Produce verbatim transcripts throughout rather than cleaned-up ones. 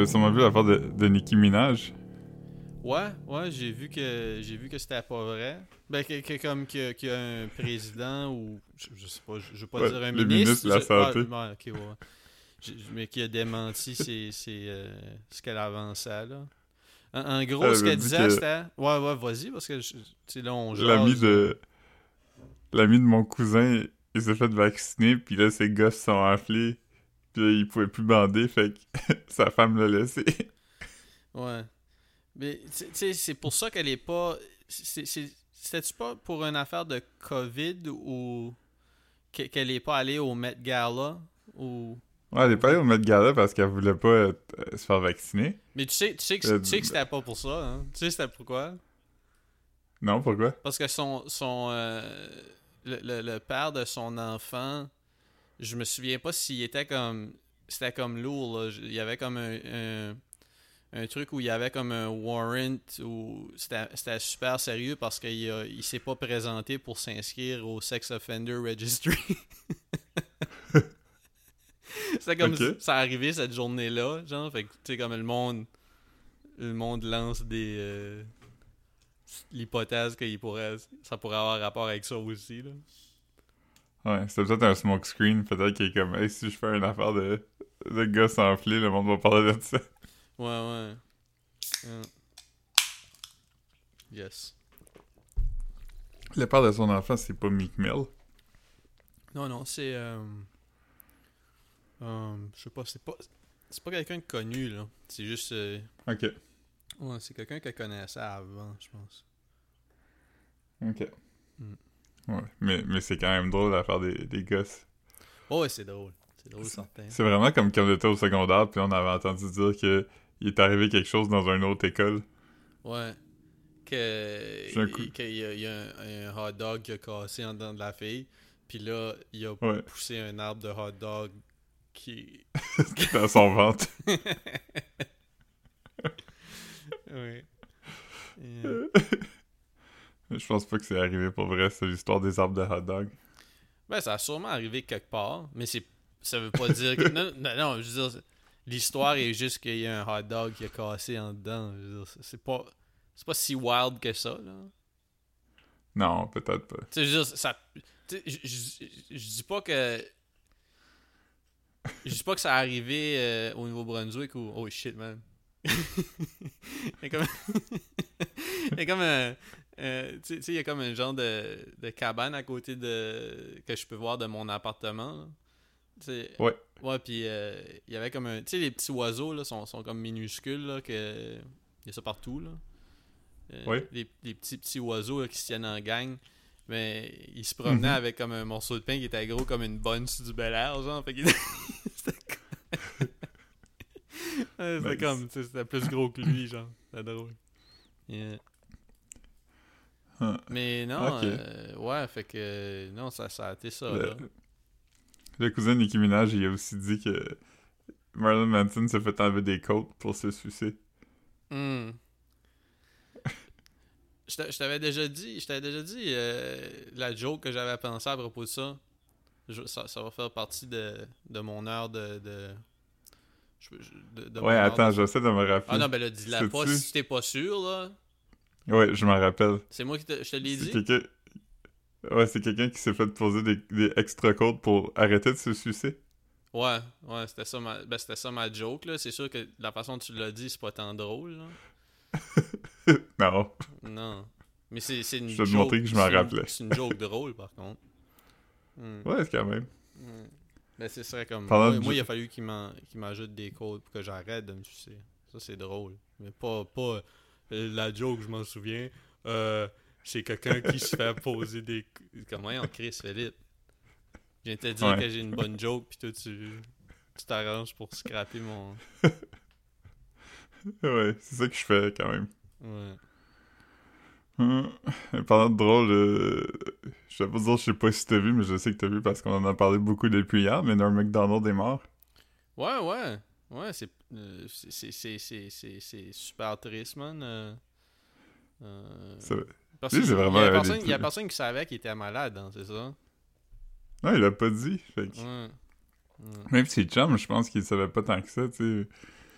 sûrement vu l'affaire de, de Nicki Minaj. Ouais, ouais, j'ai vu que j'ai vu que c'était pas vrai. Ben, que, que comme que- qu'il y a un président ou je, je sais pas, je, je veux pas Ouais, dire un le ministre. ministre de la je- ouais, Santé. ouais, ok, ouais, ouais. Je- je- mais qui a démenti ses, ses, euh, ce qu'elle avançait là. En, en gros, Elle ce avait qu'elle dit disait, que c'était. Ouais, ouais, vas-y, parce que je- tu sais, là, on l'ami jase. euh. de l'ami de mon cousin, il s'est fait vacciner, puis là, ses gosses sont enflés, puis là, il pouvait plus bander, fait que sa femme l'a laissé. Ouais. Mais, tu sais, c'est pour ça qu'elle est pas. c'est- c'est- C'était-tu pas pour une affaire de COVID ou que- qu'elle est pas allée au Met Gala ou. Ouais, elle est ou pas allée quelque- au Met Gala parce qu'elle voulait pas euh, se faire vacciner. Mais tu sais, tu sais que, Euh, tu sais que c'était pas pour ça, hein? Tu sais c'était pourquoi? non, pourquoi? Parce que son. son euh, le, le, le père de son enfant, je me souviens pas s'il était comme. C'était comme lourd, là. Il y avait comme un, un, un truc où il y avait comme un warrant où c'était c'était super sérieux parce qu'il a- il s'est pas présenté pour s'inscrire au Sex Offender Registry. C'était comme Ok. ça arrivait cette journée-là, genre, fait que tu sais comme le monde le monde lance des euh, l'hypothèse que il pourrait ça pourrait avoir rapport avec ça aussi là. Ouais, c'était peut-être un smoke screen, peut-être qu'il est comme, hey, si je fais une affaire de, de gosses enflés, le monde va parler de ça. Ouais ouais. Yeah. Yes. Le père de son enfant, c'est pas Meek Mill. Non non, c'est euh, euh, je sais pas, c'est pas c'est pas quelqu'un de connu là. C'est juste euh, Ok. ouais, c'est quelqu'un qu'elle connaissait avant, je pense. Ok. Mm. Ouais, mais, mais c'est quand même drôle l'affaire des, des gosses. Oh ouais, c'est drôle. C'est drôle certain. C'est vraiment comme quand on était au secondaire, puis on avait entendu dire que il est arrivé quelque chose dans une autre école. Ouais. Que J'ai un coup- qu'il y a, il y a un, un hot dog qui a cassé en dedans de la fille. Puis là, il a Ouais. poussé un arbre de hot dog qui. Dans son ventre. Ouais. Yeah. Je pense pas que c'est arrivé pour vrai, c'est l'histoire des arbres de hot dog. Ben, ça a sûrement arrivé quelque part, mais c'est ça veut pas dire que. Non, non, non, je veux dire, l'histoire est juste qu'il y a un hot dog qui a cassé en dedans. Je veux dire, c'est pas. C'est pas si wild que ça, là. Non, peut-être pas. Tu sais, je veux dire, ça. Tu sais, je- je je dis pas que. Je dis pas que ça a arrivé euh, au Nouveau-Brunswick ou. Oh shit, man. Il y a comme. Il y a comme un. euh, tu sais, il y a comme un genre de, de cabane à côté de. Que je peux voir de mon appartement. Là. Tu sais, Ouais. ouais, puis euh, il y avait comme un. Tu sais, les petits oiseaux, là, sont, sont comme minuscules, là, que. Il y a ça partout, là. Euh, Ouais. les, les petits petits oiseaux là, qui se tiennent en gang. Mais ils se promenaient Mhm. avec comme un morceau de pain qui était gros comme une bonne du Bel Air, genre. Fait qu'il c'était comme... Ouais, c'était Nice. comme, tu sais, c'était plus gros que lui, genre. C'était drôle. Yeah. Ah. Mais non, Ok. euh, ouais, fait que non, ça, ça a été ça, là. Le, le cousin de Nicki Minaj, il a aussi dit que Marilyn Manson s'est fait enlever des côtes pour se sucer. Hmm. Je t'a- je t'avais déjà dit, je t'avais déjà dit euh, la joke que j'avais pensé à propos de ça. Je- ça, ça va faire partie de, de mon heure de. de, je- je- de- de mon Ouais, heure attends, de- j'essaie de me rappeler. Ah non, ben là, dis-la pas Sais-tu? si t'es pas sûr, là. Ouais, je m'en rappelle. C'est moi qui te, je te l'ai C'est dit. quelqu'un... Ouais, c'est quelqu'un qui s'est fait poser des, des extra côtes pour arrêter de se sucer. Ouais, ouais, c'était ça ma, ben, c'était ça ma joke, là. C'est sûr que la façon dont tu l'as dit, c'est pas tant drôle, là. Non. Non. Mais c'est, c'est une Je vais te joke. montrer que je m'en c'est une- rappelais. C'est une joke drôle, par contre. Hmm. Ouais, c'est quand même. Hmm. Ben, c'est ça comme. Parlant Moi, de moi, jo- il a fallu qu'il, m'en, qu'il m'ajoute des codes pour que j'arrête de me sucer. Ça, c'est drôle. Mais pas, pas euh, la joke, je m'en souviens. Euh, c'est quelqu'un qui se fait poser des. Comment on Chris Philippe? Je viens de te dire Ouais. que j'ai une bonne joke, puis toi, tu, tu t'arranges pour scraper mon. Ouais, c'est ça que je fais quand même. Ouais. Hum. Parlant de drôle, euh, je vais pas dire, je sais pas si t'as vu, mais je sais que t'as vu parce qu'on en a parlé beaucoup depuis hier, mais Norm Macdonald est mort. Ouais, ouais. Ouais, c'est, euh, c'est, c'est, c'est, c'est, c'est, c'est super triste, man. Euh, euh, Ça- parce lui, que c'est il y vraiment a un personne, des- il y a personne qui savait qu'il était malade, hein, c'est ça? Non, il l'a pas dit. Fait que... Ouais. Ouais. Même ses chums, je pense qu'il savait pas tant que ça, tu sais.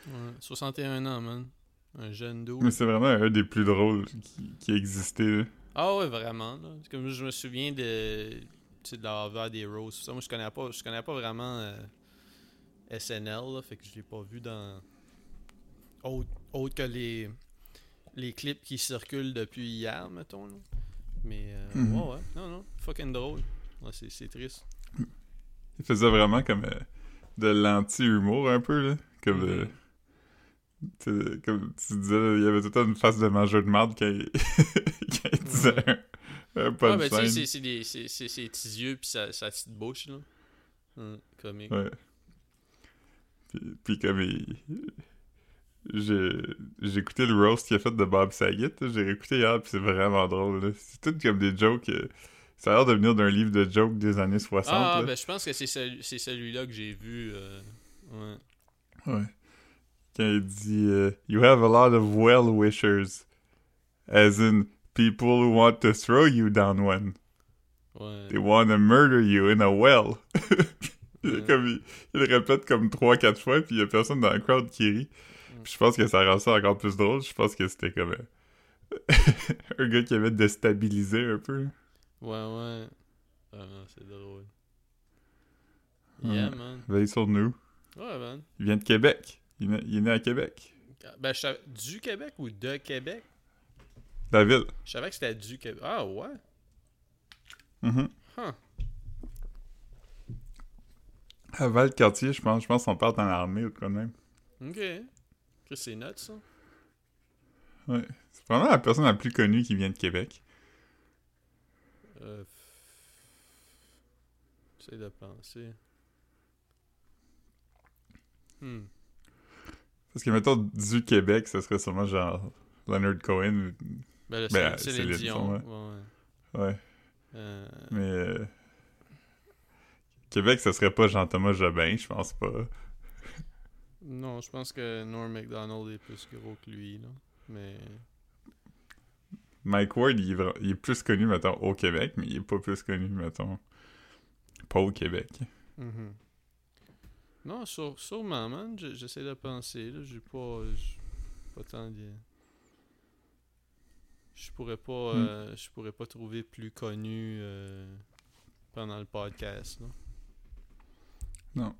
Ouais, soixante et un ans, man. Un jeune dude. Mais c'est vraiment un des plus drôles qui, qui existait, là. Ah ouais, vraiment. Là. Comme je me souviens de, tu sais, de leur avoir des roasts. Ça, moi, je connais pas, je connais pas vraiment euh, S N L, là, fait que je l'ai pas vu dans autre, autre que les les clips qui circulent depuis hier, mettons. Là. Mais euh, Mhm. ouais, ouais, non, non, fucking drôle. Ouais, c'est, c'est triste. Il faisait vraiment comme euh, de l'anti-humour un peu, là. Comme, euh, Mhm. tu sais, comme tu disais, là, il y avait tout le temps une face de mangeur de marde quand il, quand il disait Ouais. un, un Ouais, ben tu sais, punchline. c'est, c'est, des, c'est, c'est ses petits yeux pis sa, sa petite bouche, là. Hum, comique. Ouais. Puis, puis comme il... J'ai, j'ai écouté le roast qu'il a fait de Bob Saget, là. J'ai réécouté hier, puis c'est vraiment drôle, là. C'est tout comme des jokes... euh, Ça a l'air de venir d'un livre de jokes des années soixante, Ah, là. ben je pense que c'est, celui, c'est celui-là que j'ai vu. Euh, ouais. Ouais. Quand il dit euh, You have a lot of well-wishers. As in, people who want to throw you down one. Ouais. They want to murder you in a well. Il, est Ouais. comme, il, il le répète comme trois quatre fois, puis il y a personne dans le crowd qui rit. Puis je pense que ça rend ça encore plus drôle. Je pense que c'était comme euh, un gars qui avait déstabilisé un peu. Ouais, ouais. Ah non, c'est drôle. Ouais. Yeah, man. Veille sur nous. Ouais, man. Il vient de Québec. Il est, né- il est né à Québec. Ben, je savais... Du Québec ou de Québec? La ville. Je savais que c'était du Québec. Ah, ouais? Mhm. Huh. À Valcartier, je pense. Je pense qu'on part dans l'armée ou quoi de même. Ok. Que c'est nuts, ça. Ouais. C'est vraiment la personne la plus connue qui vient de Québec. Euh... J'essaie de penser. Hmm. Parce que, mettons, du Québec, ça serait sûrement genre Leonard Cohen. ou- Ben là, Ben, c'est Céline Céline Dion. Dion, Ouais. Ouais. Euh... Mais... euh, Québec, ça serait pas Jean-Thomas Jobin, je pense pas. Non, je pense que Norm Macdonald est plus gros que lui, là. Mais... Mike Ward, il est, vra- il est plus connu, mettons, au Québec, mais il est pas plus connu, mettons, pas au Québec. Mhm. Non, sur, sûrement, man. Je- J'essaie de penser, là. J'ai pas... j'ai pas tant de... Je pourrais pas... Hmm. euh, je pourrais pas trouver plus connu euh, pendant le podcast, là. Non.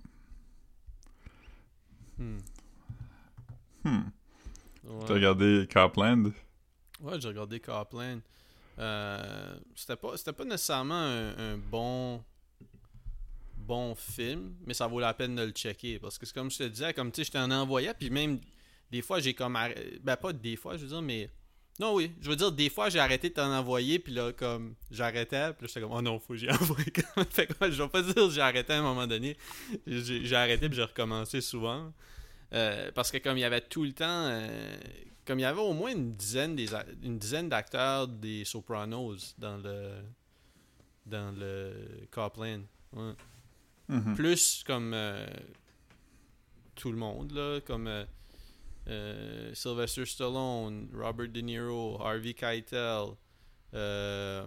Hmm. Hmm. Ouais. T'as regardé Copland? Ouais, j'ai regardé Copland. Euh, c'était pas c'était pas nécessairement un, un bon bon film, mais ça vaut la peine de le checker parce que c'est comme je te disais, comme tu sais, je t'en envoyais puis même des fois j'ai comme arr- ben pas des fois, je veux dire, mais non, oui, je veux dire des fois j'ai arrêté de t'en envoyer puis là comme j'arrêtais puis là j'étais comme oh non, faut que j'y envoie quand même. Fait que ouais, je vais pas dire que j'ai arrêté à un moment donné. J'ai, j'ai arrêté puis j'ai recommencé souvent. Euh, parce que comme il y avait tout le temps euh, comme il y avait au moins une dizaine des a- une dizaine d'acteurs des Sopranos dans le dans le Copland. Ouais. Mhm. Plus comme euh, tout le monde là, comme euh, euh, Sylvester Stallone, Robert De Niro, Harvey Keitel, euh,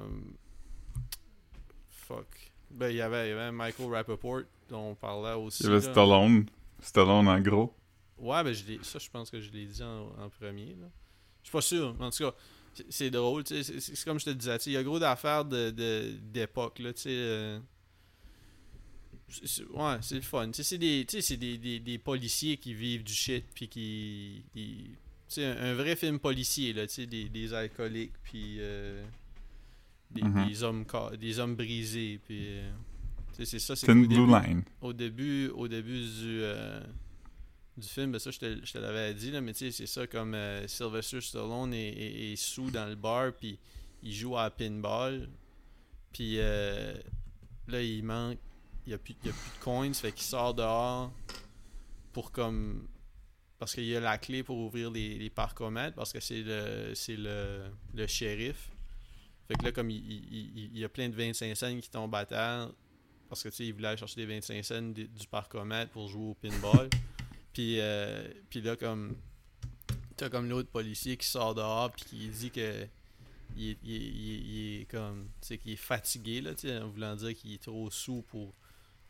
fuck. Ben il y avait, il y avait Michael Rappaport dont on parlait aussi. Il y avait là. Stallone. Stallone en gros. Ouais, ben je l'ai, ça, je pense que je l'ai dit en, en premier. Là. Je suis pas sûr. Mais en tout cas, c'est, c'est drôle. tu sais, C'est, c'est, c'est comme je te disais. tu sais, Il y a gros d'affaires de, de, d'époque. Là, tu sais, euh, c'est- c'est- ouais, c'est le fun. Tu sais, C'est, des, tu sais, c'est des, des, des policiers qui vivent du shit. Puis qui. qui tu sais, un, un vrai film policier. Là, tu sais, des, des alcooliques. Puis. euh, des, Mhm. des, hommes, ca- des hommes brisés. Puis. euh, tu sais, c'est ça. C'est Thin qu'au Blue début, Line. au début, au début du, euh, du film, ben ça je te, je te l'avais dit, là, mais tu sais, c'est ça comme euh, Sylvester Stallone est, est, est sous dans le bar, puis il joue à pinball, puis euh, là il manque, il n'y a, plus- il y a plus de coins, fait qu'il sort dehors pour comme. Parce qu'il y a la clé pour ouvrir les, les parcomètres, parce que c'est le c'est le, le shérif. Fait que là, comme il, il, il- il y a plein de vingt-cinq cents qui tombent à terre, parce que tu sais, il voulait aller chercher des vingt-cinq cents du du parcomètre pour jouer au pinball. Puis, euh, puis là, comme. T'as comme l'autre policier qui sort dehors, puis qui dit que. Il est, il est- il est- il est comme. Tu sais, qu'il est fatigué, là, tu sais, en voulant dire qu'il est trop sous pour,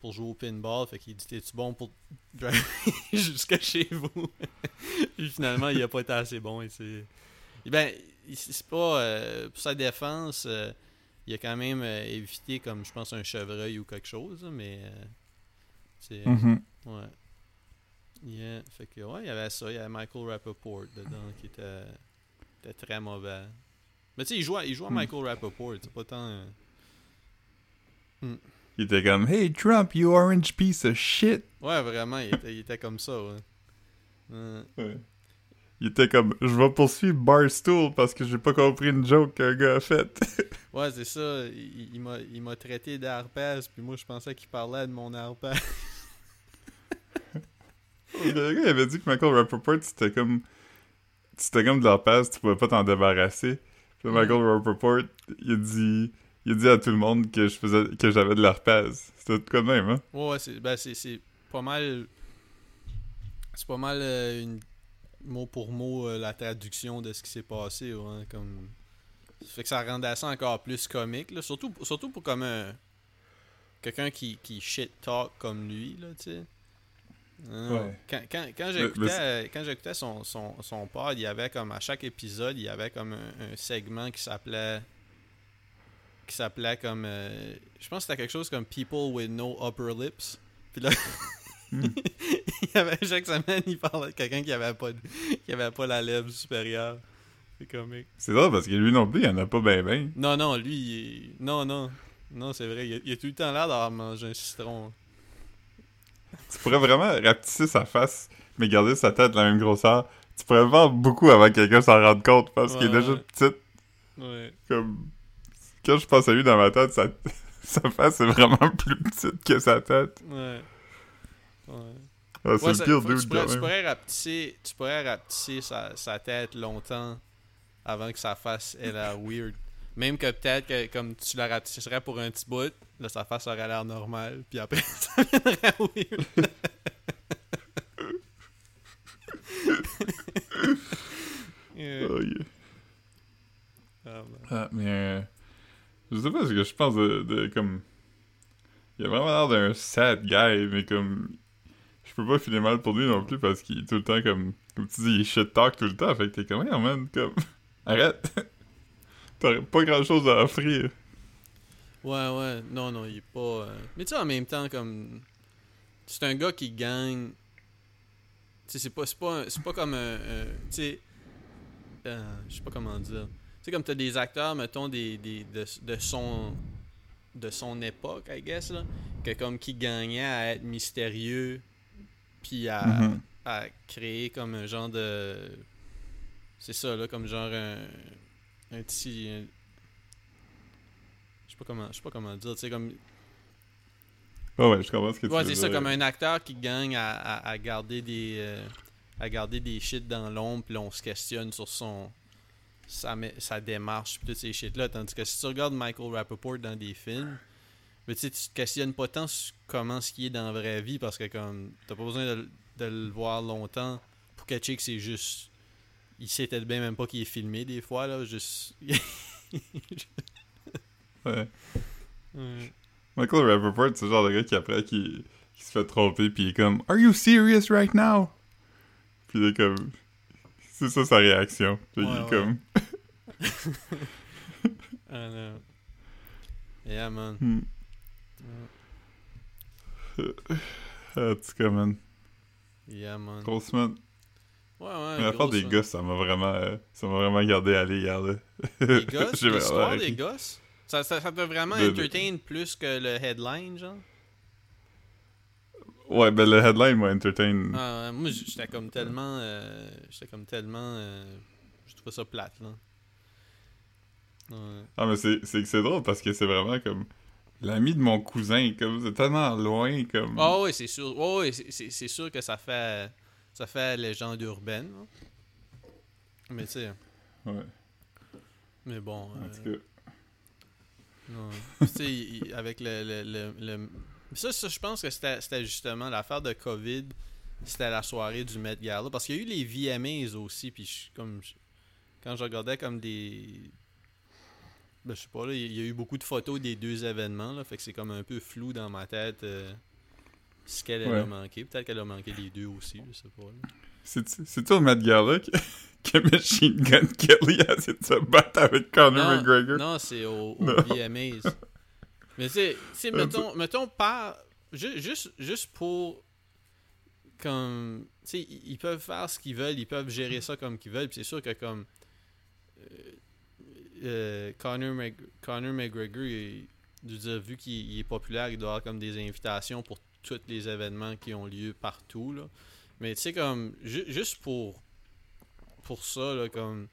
pour jouer au pinball. Fait qu'il dit, t'es-tu bon pour driver jusqu'à chez vous? Puis finalement, il a pas été assez bon. Et c'est... Ben, c'est pas... Euh, pour sa défense, euh, il a quand même euh, évité, comme je pense, un chevreuil ou quelque chose. Mais... Euh, c'est... Mm-hmm. Ouais. Yeah. Fait que, ouais, il y avait ça. Il y avait Michael Rappaport dedans qui était, était très mauvais. Mais tu sais, il jouait, il jouait à Mm. Michael Rappaport. C'est pas tant... Euh... Mm. Il était comme, hey Trump, you orange piece of shit. Ouais, vraiment, il était, il était comme ça, ouais. Euh, Ouais. Il était comme, je vais poursuivre Barstool parce que j'ai pas compris une joke qu'un gars a faite. ouais, c'est ça. Il, il m'a, il m'a traité d'arpès, puis moi, je pensais qu'il parlait de mon arpès. Le gars, il avait dit que Michael Rappaport, c'était comme... C'était comme de la peste, tu pouvais pas t'en débarrasser. Puis Mm. Michael Rappaport, il a dit... Il a dit à tout le monde que je faisais que j'avais de l'herpès. C'était tout de même, hein? Ouais, ouais, c'est, ben, c'est, c'est pas mal... C'est pas mal euh, une mot pour mot euh, la traduction de ce qui s'est passé, ouais, comme... Ça fait que ça rendait ça encore plus comique, là. Surtout, surtout pour comme un... Quelqu'un qui, qui shit talk comme lui, là, tu sais. Euh, Ouais. Quand, quand, quand Mais- j'écoutais, mais c'est- euh, quand j'écoutais son, son, son pod, il y avait comme à chaque épisode, il y avait comme un, un segment qui s'appelait qui s'appelait comme euh, je pense que c'était quelque chose comme People with no upper lips. Puis là Hmm. il y avait chaque semaine il parlait de quelqu'un qui avait pas de- qui avait pas la lèvre supérieure. C'est comique. C'est drôle parce que lui non plus, il en a pas ben ben. Non non, lui il est... non non. Non, c'est vrai, il a, il a tout le temps l'air d'avoir mangé un citron. Tu pourrais vraiment rapetisser sa face, mais garder sa tête de la même grosseur. Tu pourrais le faire beaucoup avant que quelqu'un s'en rende compte parce Ouais, qu'il est déjà ouais. petite. Ouais. Comme... Quand je pense à lui dans ma tête, sa, sa face est vraiment plus petite que sa tête. Ouais. Ouais. Ah, c'est Ouais, le ça- pire faut que dude tu, pourrais, quand tu même. pourrais rapetisser, tu pourrais rapetisser sa, sa tête longtemps avant que sa face ait l'air weird. Même que peut-être que comme tu la rapetisserais pour un petit bout, là sa face aurait l'air normale, puis après ça viendrait weird. Yeah. Oh, yeah. Ah, ben. Ah, mais... euh, je sais pas ce que je pense de, de comme... Il a vraiment l'air d'un sad guy, mais comme... Je peux pas filer mal pour lui non plus parce qu'il est tout le temps comme... Comme tu dis, il shit talk tout le temps, fait que t'es comme, hey, man, comme... Arrête! T'aurais pas grand chose à offrir. Ouais, ouais, non, non, il est pas... euh, Mais tu sais, en même temps, comme... C'est un gars qui gagne... Tu sais, c'est pas, c'est pas, un- c'est pas comme un... un- tu sais... euh, je sais pas comment dire. Tu sais, comme t'as des acteurs, mettons, des, des, de, de son... De son époque, I guess, là. Que comme qui gagnait à être mystérieux, puis à, Mhm. à créer comme un genre de... C'est ça, là, comme genre un... Un petit... un- Je sais pas comment, je sais pas comment dire, tu sais, comme... Ouais, ouais, je comprends ce que tu Ouais, veux c'est ça, dire. comme un acteur qui gagne à, à, à garder des euh, à garder des shit dans l'ombre, puis là, on se questionne sur son sa, mé- sa démarche, puis toutes ces shit-là. Tandis que si tu regardes Michael Rappaport dans des films, mais tu sais, tu te questionnes pas tant sur comment ce qu'il est dans la vraie vie, parce que comme t'as pas besoin de, le- de le voir longtemps pour catcher que c'est juste... Il sait peut-être bien même pas qu'il est filmé des fois, là, juste... Ouais. Ouais. Michael Rappaport, c'est le genre de gars qui après, qui, qui se fait tromper, pis il est comme « Are you serious right now? » Pis il est comme... C'est ça sa réaction. Pis il Ouais, est ouais. comme... Ah non. Yeah, man. Hmm. Ah, en tout cas, man. Yeah, man. Grosse semaine. Ouais, ouais. Mais l'affaire grosse, des hein. gosses, ça m'a vraiment... euh, ça m'a vraiment gardé à hier, là. Les gosses, J'ai vraiment l'histoire arrêté. des gosses, ça, ça, ça t'a vraiment De- de- entertain plus que le headline, genre? Ouais, ben le headline m'a entertain. Ah, ouais, moi, j'étais comme tellement... euh, j'étais comme tellement... euh, je trouvais ça plate, là. Ouais. Ah, mais c'est c'est que c'est drôle parce que c'est vraiment comme... L'ami de mon cousin, comme c'est tellement loin, comme... Ah oui, c'est sûr. Oh, oui, c'est- c'est c'est sûr que ça fait... Ça fait légende urbaine, là. Mais tu sais... Ouais, Mais bon... en euh, tout cas... non. Tu sais, il- il- avec le... le, le, le- Ça, ça je pense que c'était c'était justement l'affaire de COVID. C'était la soirée du Met Gala. Parce qu'il y a eu les V M As aussi. Puis je- comme je- quand je regardais comme des... Ben, je sais pas, là, il y a eu beaucoup de photos des deux événements. Là, fait que c'est comme un peu flou dans ma tête. euh, ce qu'elle elle Ouais. a manqué. Peut-être qu'elle a manqué les deux aussi, je sais pas. Là. C'est-tu c'est-tu au Met Gala que, que Machine Gun Kelly a essayé de se battre avec Conor Non, McGregor? non, c'est au, au Non. V M As. Mais tu sais, tu sais, mettons, mettons par, ju- juste, juste pour, comme, tu sais, ils ils peuvent faire ce qu'ils veulent, ils peuvent gérer ça comme qu'ils veulent, puis c'est sûr que comme, euh, euh, Conor, Mc, Conor McGregor, il- je veux dire, vu qu'il il est populaire, il doit avoir comme des invitations pour tous les événements qui ont lieu partout, là. Mais tu sais, comme, ju- juste pour, pour ça, là, comme...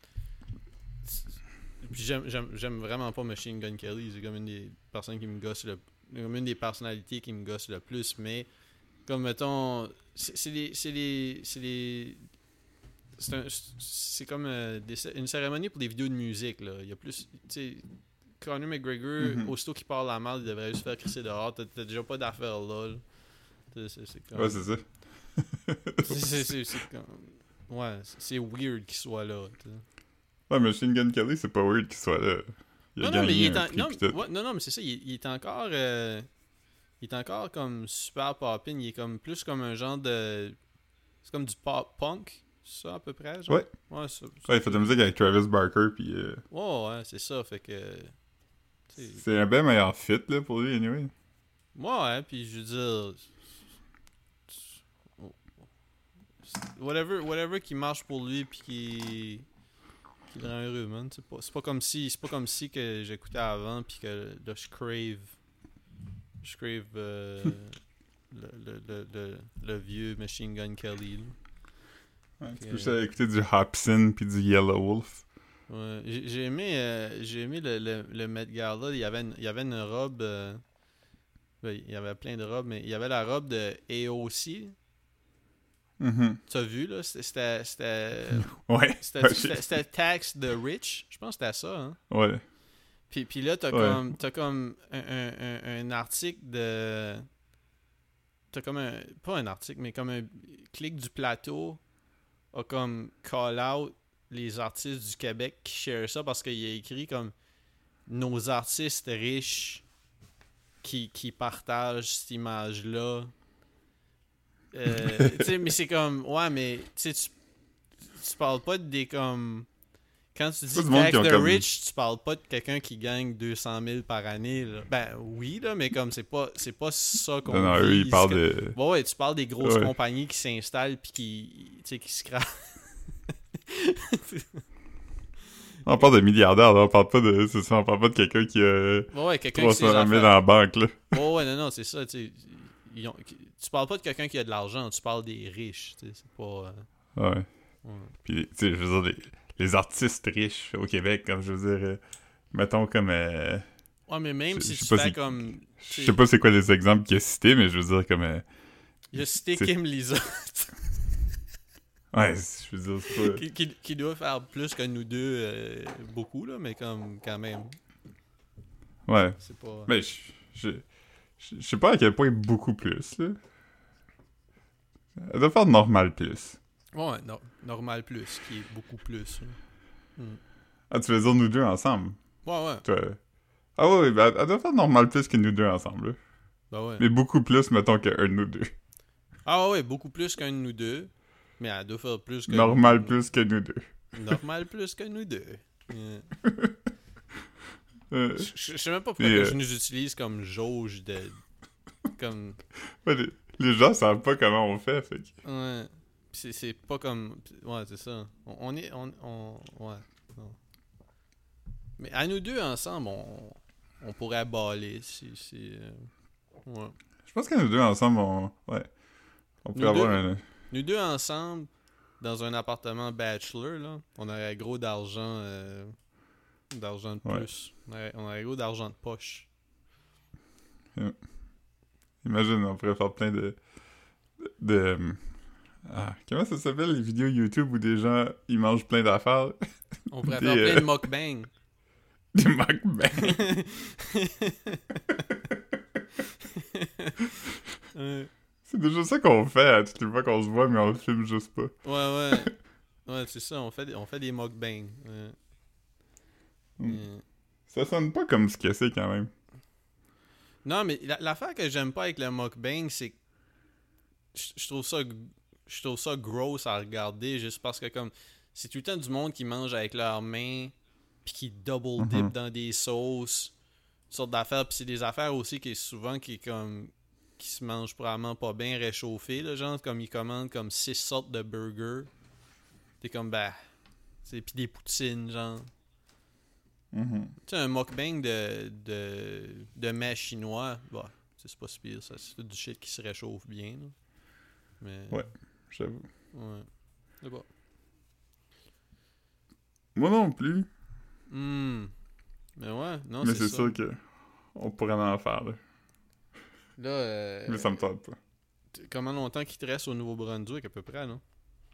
Puis j'aime, j'aime, j'aime vraiment pas Machine Gun Kelly, c'est comme une des personnes qui me gosse le... comme une des personnalités qui me gosse le plus, mais, comme, mettons, c'est, c'est les... C'est les... C'est les... C'est, un, c'est comme euh, des, une cérémonie pour des vidéos de musique, là. Il y a plus... Tu sais, Conor McGregor, Mhm. aussitôt qu'il parle la merde, il devrait juste faire crisser dehors. T'as, t'as déjà pas d'affaires là, là. C'est, c'est, c'est comme... Ouais, c'est ça. c'est, c'est, c'est, c'est comme... Ouais, c'est, c'est weird qu'il soit là, tu sais. Ouais, Machine Gun Kelly, c'est pas weird qu'il soit là. Il a Non, non, mais gagné il est un en... prix non, pis tout. ouais, non, non, mais c'est ça, il, il est encore... euh, Il est encore comme super poppin'. Il est comme plus comme un genre de... C'est comme du pop punk, ça, à peu près, genre? Ouais. Ouais, ça, ça- Ouais, il fait de la musique avec Travis Barker, pis euh, Ouais, ouais, c'est ça, fait que... tu sais, c'est un bien meilleur fit, là, pour lui, anyway. ouais, puis je veux dire... Whatever, whatever qui marche pour lui puis qui, qui le rend heureux, man. C'est pas, c'est pas comme si, c'est pas comme si que j'écoutais avant puis que là je crave, je crave euh, le, le, le, le, le vieux Machine Gun Kelly. Là. Ouais, tu Que- peux juste écouter du Hobson pis du Yellow Wolf. Ouais, j'ai, j'ai aimé, euh, j'ai aimé le, le, le Met Gala. Il y avait une, il y avait une robe, euh, ben, il y avait plein de robes, mais il y avait la robe de A O C. Mhm. Tu as vu là, c'était, c'était, Ouais. C'était, Ouais, c'était, c'était Tax the Rich. Je pense que c'était ça. Hein? ouais. Puis, puis là, t'as Ouais. comme, t'as comme un, un, un, un article de. T'as comme un. Pas un article, mais comme un. Clic du plateau a comme call out les artistes du Québec qui share ça parce qu'il a écrit comme nos artistes riches qui, qui partagent cette image-là. Euh, tu sais, mais c'est comme. Ouais, mais tu sais, tu tu parles pas des comme. Quand tu dis pas du monde tax qui ont the comme- rich, tu parles pas de quelqu'un qui gagne deux cent mille par année. Là. Ben oui, là, mais comme c'est pas c'est pas ça qu'on Non, non, vise. eux, ils parlent que- de... Ouais, ouais, tu parles des grosses Ouais. compagnies qui s'installent puis qui, tu sais, qui se cra- On parle de milliardaires, là, on parle pas de... C'est ça, on parle pas de quelqu'un qui a Ouais, ouais, quelqu'un qui sait trois cent mille affaires. dans la banque, là. Ouais, ouais, non, non, c'est ça, tu sais. Ils ont- Tu parles pas de quelqu'un qui a de l'argent, tu parles des riches, tu sais, c'est pas... euh, Ouais. ouais. Puis, tu sais, je veux dire, les, les artistes riches au Québec, comme je veux dire, euh, mettons comme... euh, Ouais, mais même Je- si je sais tu pas fais si- comme... je sais pas c'est quoi les exemples qu'il a cités, mais je veux dire comme... euh, Il a cité C'est- Kim Lizotte, ouais, je veux dire, c'est pas... qui, qui, qui doit faire plus que nous deux, euh, beaucoup, là, mais comme, quand même, Ouais. c'est pas... Mais je... Je, je, je sais pas à quel point beaucoup plus, là. Elle doit faire normal plus. Ouais, no- normal plus, qui est beaucoup plus. là. Ah, tu veux dire nous deux ensemble? Ouais, ouais, Toi... Ah ouais, ouais, ben, elle elle doit faire normal plus que nous deux ensemble, là. bah ouais. Mais beaucoup plus, mettons, qu'un de nous deux. Ah ouais, beaucoup plus qu'un de nous deux, mais elle doit faire plus que... Normal plus que nous deux. Normal plus que nous deux. Yeah. Euh, Je je- je sais même pas pourquoi Et, que euh, je nous utilise comme jauge de... Comme... ouais, les, les gens savent pas comment on fait, fait que... Ouais. C'est, c'est pas comme... Ouais, c'est ça. On, on est... On, on, ouais. Non. Mais à nous deux ensemble, on, on pourrait baller si... si euh, ouais. Je pense que nous deux ensemble, on... Ouais. On peut Nous avoir deux? un... Nous deux ensemble, dans un appartement bachelor, là, on aurait gros d'argent... euh, d'argent de Ouais. plus. On aurait, on aurait gros d'argent de poche. Imagine, on pourrait faire plein de... De... de- Ah, comment ça s'appelle, les vidéos YouTube où des gens, ils mangent plein d'affaires? On pourrait Des, faire plein euh, de mukbang. Des mukbangs! Ouais. C'est déjà ça qu'on fait à toutes les fois qu'on se voit, mais on le filme juste pas. Ouais, ouais. Ouais, c'est ça, on fait, des- on fait des mukbangs. Ouais. Mm. Euh, Ça sonne pas comme ce que c'est, quand même. Non, mais la- l'affaire que j'aime pas avec le mukbang, c'est que je je trouve ça je trouve ça gross à regarder juste parce que comme c'est tout le temps du monde qui mange avec leurs mains puis qui double dip Mhm. dans des sauces, sortes d'affaires, puis c'est des affaires aussi qui est souvent qui est comme qui se mangent probablement pas bien réchauffées là, genre comme ils commandent comme six sortes de burgers. T'es comme bah c'est puis des poutines genre. Mhm. Tu sais un mukbang de de de mets chinois, bah c'est pas si pire ça, c'est tout du shit qui se réchauffe bien là. Mais Ouais, j'avoue. ouais. C'est bon. Moi non plus, Hmm. Mais ouais, non, mais c'est c'est ça. sûr que on pourrait en faire, là. Là, euh, Mais ça me tente pas. t- comment longtemps qu'il te reste au Nouveau-Brunswick à peu près, non?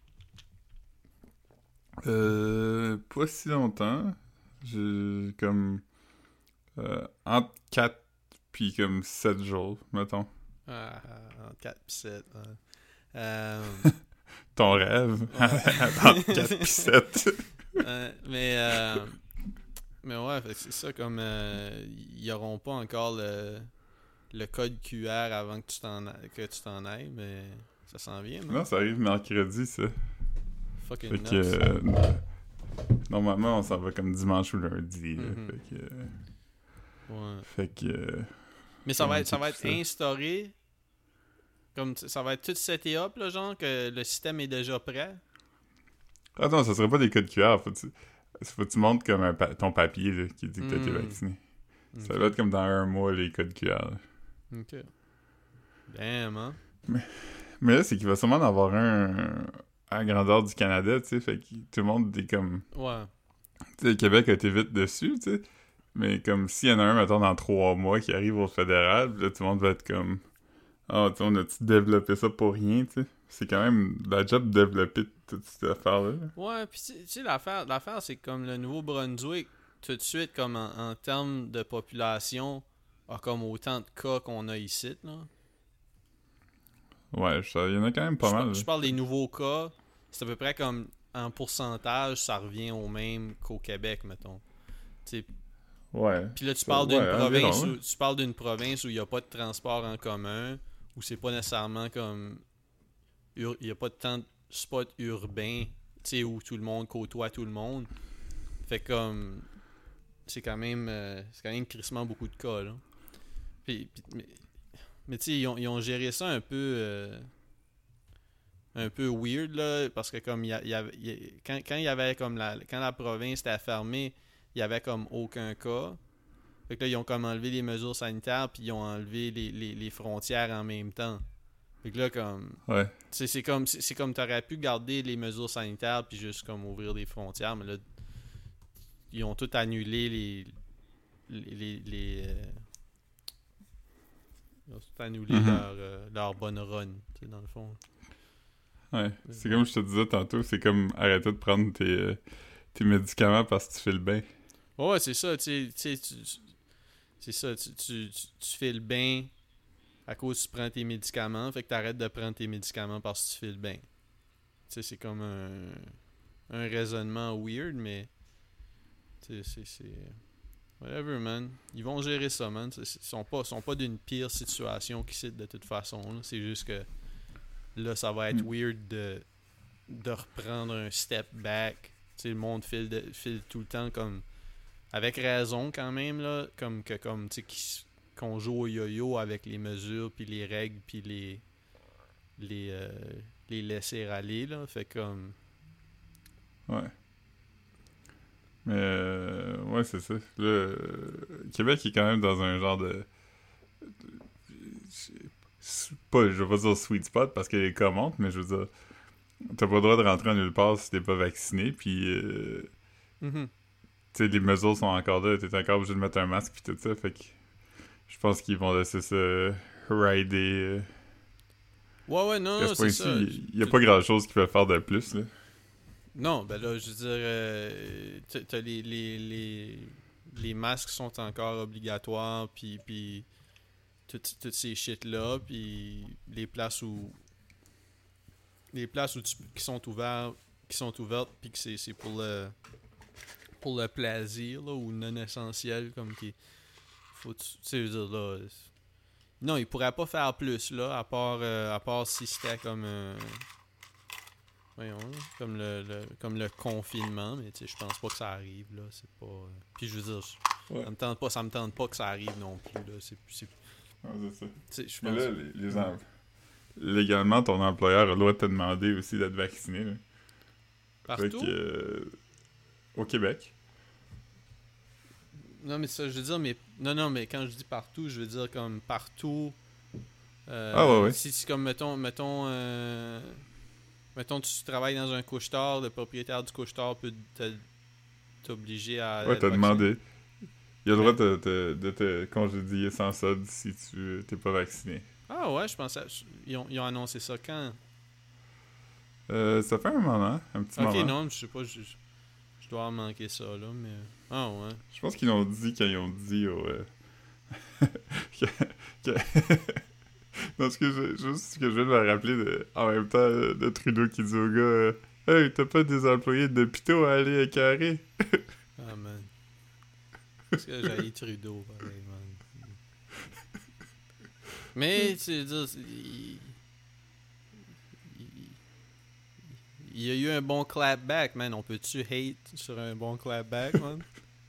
Euh, pas si longtemps. J'ai comme euh, entre quatre puis comme sept jours, mettons. Ah, entre quatre et sept. Euh, Ton rêve, ouais. entre quatre puis sept. Euh, mais, euh, mais ouais, fait que c'est ça, comme euh, ils auront pas encore le, le code Q R avant que tu t'en a- que tu t'en ailles, mais ça s'en vient, Non, man. ça arrive mercredi, ça. Fait Fucking que nuts. euh, normalement, on s'en va comme dimanche ou lundi, là. Mhm. Fait que euh, Ouais. fait que euh, Mais ça va être, ça tout va être ça. instauré, comme t- ça va être tout seté up, là, genre, que le système est déjà prêt. Ah non, ça serait pas des codes Q R, faut que tu, faut que tu montres comme un pa- ton papier là, qui dit que t'as été Hmm. vacciné. Ça Ok. va être comme dans un mois, les codes Q R, là. Ok. Damn, hein? Mais là, c'est qu'il va sûrement en avoir un euh, à la grandeur du Canada, tu sais, fait que tout le monde est comme... Ouais. Tu sais, le Québec a été vite dessus, tu sais, mais comme s'il y en a un, mettons, dans trois mois qui arrive au fédéral, pis là, tout le monde va être comme... Ah, tu sais, on a-tu développé ça pour rien, tu sais? C'est quand même la job de développer toute cette affaire-là. là. Ouais, puis tu tu sais, l'affaire, l'affaire c'est que comme le Nouveau-Brunswick, tout de suite, comme en, en termes de population, a comme autant de cas qu'on a ici, là. Ouais, ça- il y en a quand même pas Je, par- mal, là. je parle des nouveaux cas, c'est à peu près comme en pourcentage, ça revient au même qu'au Québec, mettons. Tu sais, Ouais. puis là, tu Ça- parles d'une ouais, province environ, où tu parles d'une province où il n'y a pas de transport en commun, où c'est pas nécessairement comme ur- il n'y a pas de tant de spots urbains, tu sais, où tout le monde côtoie tout le monde. Fait comme c'est quand même euh, c'est quand même crissement beaucoup de cas là. Puis, puis- mais mais tu sais ils ont, ils ont géré ça un peu euh, un peu weird là parce que comme il y a- il y avait il y a- quand, quand il y avait comme la quand la province était fermée, il y avait comme aucun cas. Fait que là ils ont comme enlevé les mesures sanitaires puis ils ont enlevé les, les, les frontières en même temps. Fait que là comme ouais. tu sais, c'est comme c'est c'est comme t'aurais pu garder les mesures sanitaires puis juste comme ouvrir les frontières mais là ils ont tout annulé les les, les, les, euh, ils ont tout annulé Mhm. leur, euh, leur bonne run, tu sais, dans le fond. Ouais. C'est comme je te disais tantôt, c'est comme arrêter de prendre tes, euh, tes médicaments parce que tu files bien. Ouais, c'est ça, tu sais, tu sais, tu- tu- c'est ça, tu, tu, tu, tu files bien à cause que tu prends tes médicaments, fait que t'arrêtes de prendre tes médicaments parce que tu files bien. Tu sais, c'est comme un, un raisonnement weird, mais tu sais, c'est, c'est... Whatever, man. Ils vont gérer ça, man. C'est- c'est- Ils sont pas, sont pas d'une pire situation qu'ici, de toute façon. là. C'est juste que là, ça va être Mm. weird de, de reprendre un step back. Tu sais, le monde file, de- file tout le temps comme... Avec raison, quand même, là. Comme que, comme, tu sais, qu'ils s- qu'on joue au yo-yo avec les mesures, puis les règles, puis les... Les, euh, les laisser aller, là. Fait comme... Ouais. Mais euh, ouais, c'est ça. Là, euh, Québec est quand même dans un genre de... c'est Pas, je veux pas dire sweet spot parce que les cas montent, mais je veux dire, t'as pas le droit de rentrer en nulle part si t'es pas vacciné, puis euh, Mhm. tu sais, les mesures sont encore là, t'es encore obligé de mettre un masque, puis tout ça, fait que je pense qu'ils vont laisser ça rider. euh. Ouais, ouais, non, À non, ce c'est point-ci, ça. il y a pas grand-chose qu'ils peuvent faire de plus, là. Non, ben là, je veux dire, euh, t'as t'as les, les, les, les masques sont encore obligatoires, puis puis toutes toutes ces shit-là, puis les places où les places où tu- qui sont ouvertes, qui sont ouvertes, puis que c'est c'est pour le pour le plaisir là, ou non essentiel, comme qui faut tu tu sais, je veux dire là, Non, il pourrait pas faire plus, là, à part, euh, à part si c'était comme... Euh... Voyons, là, comme le, le, comme le confinement, mais tu sais, je pense pas que ça arrive, là, c'est pas... euh, Puis je veux dire, Ouais. ça me tente pas, ça me tente pas que ça arrive non plus, là, c'est... c'est... Ouais, c'est ça. Tu sais, je Mais pense... là, les, les em- légalement, ton employeur a le droit de te demander aussi d'être vacciné. Là. Fait Partout? que, euh, au Québec. Non, mais ça, je veux dire, mais... Non, non, mais quand je dis partout, je veux dire comme partout... Euh, Ah ouais, ouais. Si c'est comme, mettons, mettons, euh, mettons, tu travailles dans un couche-tard, le propriétaire du couche-tard peut te- t'obliger à Ouais, être t'as vacciné. demandé. Il a le Ouais. droit de, te- de te congédier sans solde si tu t'es pas vacciné. Ah ouais, je pensais... Ils ont, ils ont annoncé ça quand? Euh, ça fait un moment, un petit Ok, moment. non, je sais pas, je, je dois manquer ça, là, mais... Ah ouais. Je pense qu'ils l'ont dit quand ils ont dit au... euh, que- que- non, ce que je, juste ce que je viens de me rappeler de, en même temps euh, de Trudeau qui dit au gars euh, Hey, t'as pas des employés d'hôpitaux à aller écœurer? Ah, man. Parce que j'ai Trudeau, pareil, man. Mais, tu sais, dire, il, il- il y a eu un bon clapback, man. On peut-tu hate sur un bon clapback, man?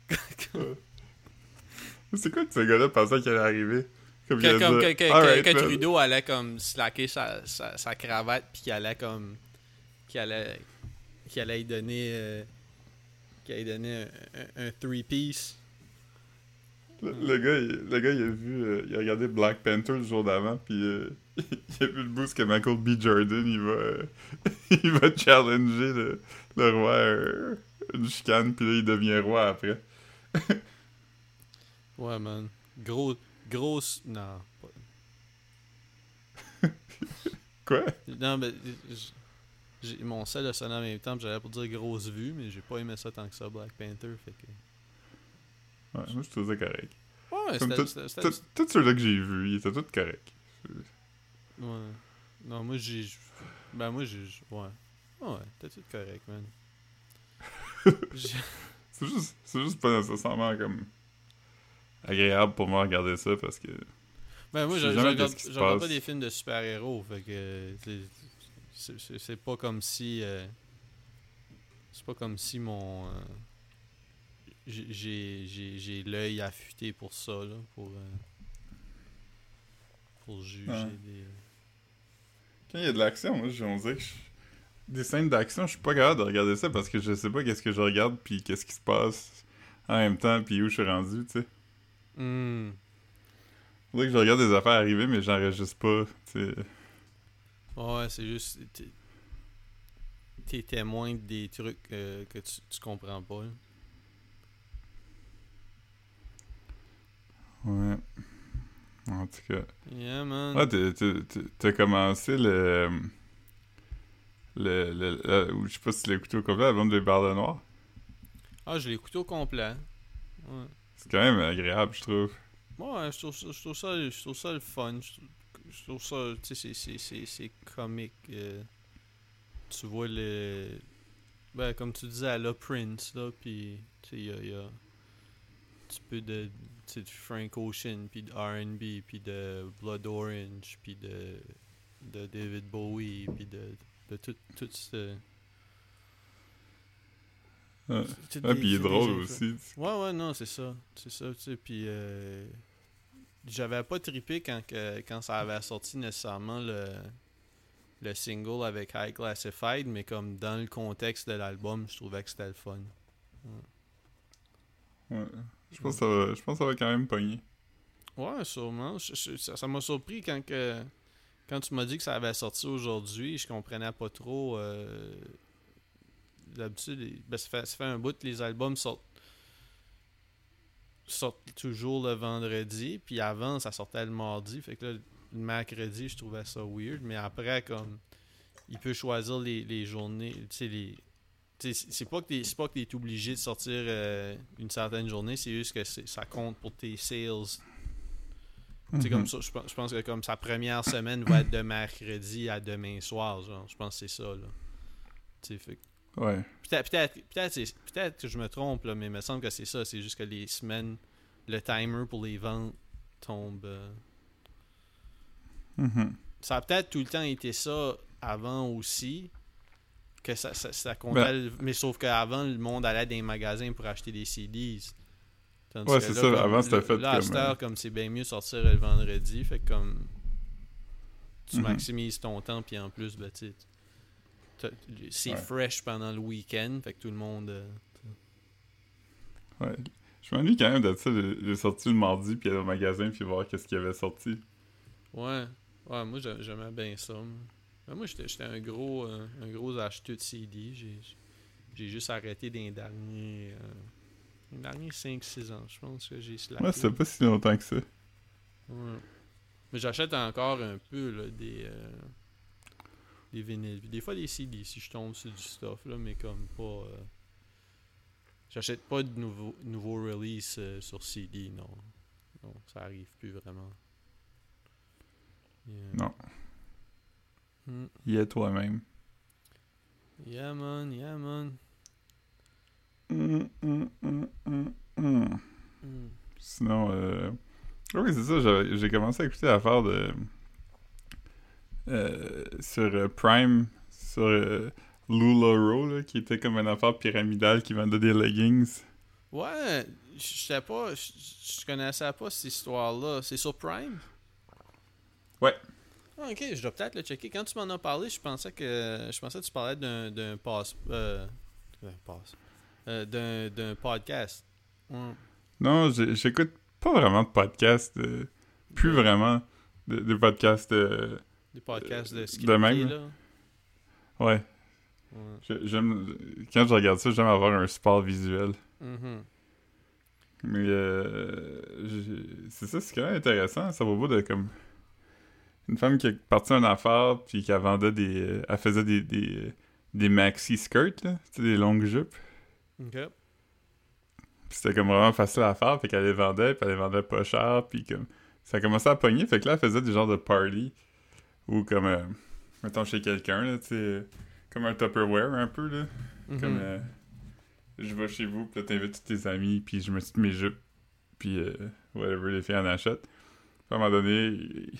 C'est quoi que ce gars-là pensait qu'il allait arriver? Comme il Que, allait comme, dire, que, que, Alright, que, que man. Trudeau allait comme slacker sa, sa, sa cravate puis qu'il allait comme qu'il allait qu'il allait y donner euh, qu'il allait donner un, un, un three-piece. Le, le gars, il, le gars, il a vu, euh, il a regardé Black Panther le jour d'avant, puis euh, il a vu le boost que Michael B. Jordan, il va, euh, il va challenger le, le roi euh, une chicane, puis là, il devient roi après. Ouais, man. Gros grosse non. Pas... Quoi? Non, mais j- j'ai mon sel a sonné en même temps, puis j'allais pour dire grosse vue, mais j'ai pas aimé ça tant que ça Black Panther, fait que Ouais, moi, je trouvais ça correct. ouais, Comme c'était tout, c'était- c'était- tout, tout ceux-là que j'ai vus, ils étaient tous corrects. ouais. Non, moi j'ai ben moi j'ai ouais. Ouais, t'es tout correct, man. J'ai- C'est juste, c'est juste pas nécessairement comme agréable pour moi de regarder ça parce que Ben moi, Je je, sais je jamais regarde, qu'est-ce qui se je regarde passe. pas des films de super-héros, fait que c'est- c'est c'est- c'est pas comme si euh, c'est pas comme si mon euh, j'ai j'ai j'ai j'ai l'œil affûté pour ça là, pour euh, pour juger Ouais. des quand il y a de l'action, moi, je- on dirait que je- des scènes d'action, je suis pas capable de regarder ça parce que je sais pas qu'est-ce que je regarde puis qu'est-ce qui se passe en même temps puis où je suis rendu, tu sais. Hmm. Faudrait que je regarde des affaires arriver mais j'enregistre pas, tu sais. Ouais, c'est juste t'es- t'es témoin des trucs euh, que tu, tu comprends pas. Là. Ouais. En tout cas. Yeah, man. Ah, t'as- t'as t'as- t'as commencé le. Le. le, le- ou je sais pas si tu l'as écouté au complet, l'album de Barre de Noir. Ah, je l'ai écouté au complet. Ouais. C'est quand même agréable, je trouve. Ouais, je trouve ça, je trouve ça, je trouve ça le fun. Je, trouve- je trouve ça, tu sais, c'est- c'est- c'est c'est comique. euh. Tu vois le. Ben, comme tu disais, à la Prince, là, pis, tu sais, il y a, y a un petit peu de, tu sais, de Frank Ocean, puis de R and B, puis de Blood Orange, puis de, de David Bowie, puis de, de tout, tout ce. Ouais. c'est Ah, des- puis il est c'est des drôle influ- aussi. Ouais, ouais, non, c'est ça. C'est ça, tu sais. Puis, euh, j'avais pas trippé quand, que, quand ça avait sorti nécessairement le, le single avec High Classified, mais comme dans le contexte de l'album, je trouvais que c'était le fun. Ouais. Je pense que ça va, je pense que ça va quand même pogner. Ouais, sûrement. Je- je- ça ça m'a surpris quand, que, quand tu m'as dit que ça avait sorti aujourd'hui. Je comprenais pas trop. Euh, D'habitude, les- ben, ça, fait, ça fait un bout que les albums sortent sortent toujours le vendredi, puis avant ça sortait le mardi, fait que là le mercredi je trouvais ça weird, mais après comme il peut choisir les, les journées, tu sais les tu sais, c'est pas que t'es c'est pas que t'es obligé de sortir euh, une certaine journée, c'est juste que c'est- ça compte pour tes sales. Tu sais, Mhm. comme ça, je pense, je pense que comme sa première semaine va être de mercredi à demain soir, genre, je pense que c'est ça là. Tu sais, fait que Ouais. Peut-être, peut-être, peut-être, c'est- peut-être que je me trompe, là, mais il me semble que c'est ça. C'est juste que les semaines, le timer pour les ventes tombe. euh, Mm-hmm. Ça a peut-être tout le temps été ça avant aussi, que ça, ça, ça comptait, Ben, mais sauf qu'avant, le monde allait dans les magasins pour acheter des C Ds. Tandis ouais, que c'est là, ça. comme, Avant, c'était fait là, à comme... cette euh, heure, comme c'est bien mieux sortir le vendredi, fait que comme tu mhm. maximises ton temps, puis en plus, ben, tu sais, t'as- c'est Ouais. fresh pendant le week-end, fait que tout le monde... euh, Ouais. Je m'ennuie quand même de ça. J'ai j'ai sorti le mardi, puis aller au magasin, puis voir qu'est-ce qu'il y avait sorti. Ouais, ouais, moi j'a- j'aimais bien ça. Moi, Ben, moi, j'étais j'étais un gros euh, un gros acheteur de C D. J'ai j'ai juste arrêté dans les derniers euh, les derniers cinq six ans. Je pense que j'ai slacké. Ouais, c'était pas si longtemps que ça. Ouais. Mais j'achète encore un peu là, des euh, des vinyles. Puis des fois des C D si je tombe sur du stuff là, mais comme pas. euh, J'achète pas de nouveaux nouveaux release euh, sur C D, non. Non, ça arrive plus vraiment. Yeah. Non. Hmm. Y est toi-même. Yeah man, yeah man. Hum, hum, hum, hum, hum. Hmm. Sinon, euh... ah oui, c'est ça, j'avais- j'ai commencé à écouter l'affaire de... euh, sur euh, Prime, sur euh, LuLaRoe, là, qui était comme une affaire pyramidale qui vendait des leggings. Ouais, je sais pas, je je connaissais pas cette histoire-là. C'est sur Prime? Ouais. Ah, ok, je dois peut-être le checker. Quand tu m'en as parlé, je pensais que je pensais que tu parlais d'un d'un passe euh, d'un passe euh, d'un d'un podcast. Ouais. Non, j'ai- j'écoute pas vraiment de podcasts, euh, plus De- vraiment de, de podcasts, euh, Des podcasts de de scriptés, même, là. ouais. Ouais. Je- J'aime, quand je regarde ça, j'aime avoir un support visuel. Mhm. Mais euh, j'ai- c'est ça, c'est quand même intéressant. Ça va pas de comme une femme qui est partie une affaire puis qui vendait des, euh, elle faisait des des, des maxi skirts là, tu sais, des longues jupes. Ok. Puis c'était comme vraiment facile à faire, fait qu'elle les vendait, puis elle les vendait pas cher, puis comme ça commençait à pogner, fait que là elle faisait des genres de party ou comme euh, mettons chez quelqu'un là, tu sais, comme un Tupperware un peu là, Mhm. comme euh, je vais chez vous, puis là t'invites tous tes amis, puis je me suis mes jupes, puis euh, whatever les filles en achètent. Puis à un moment donné,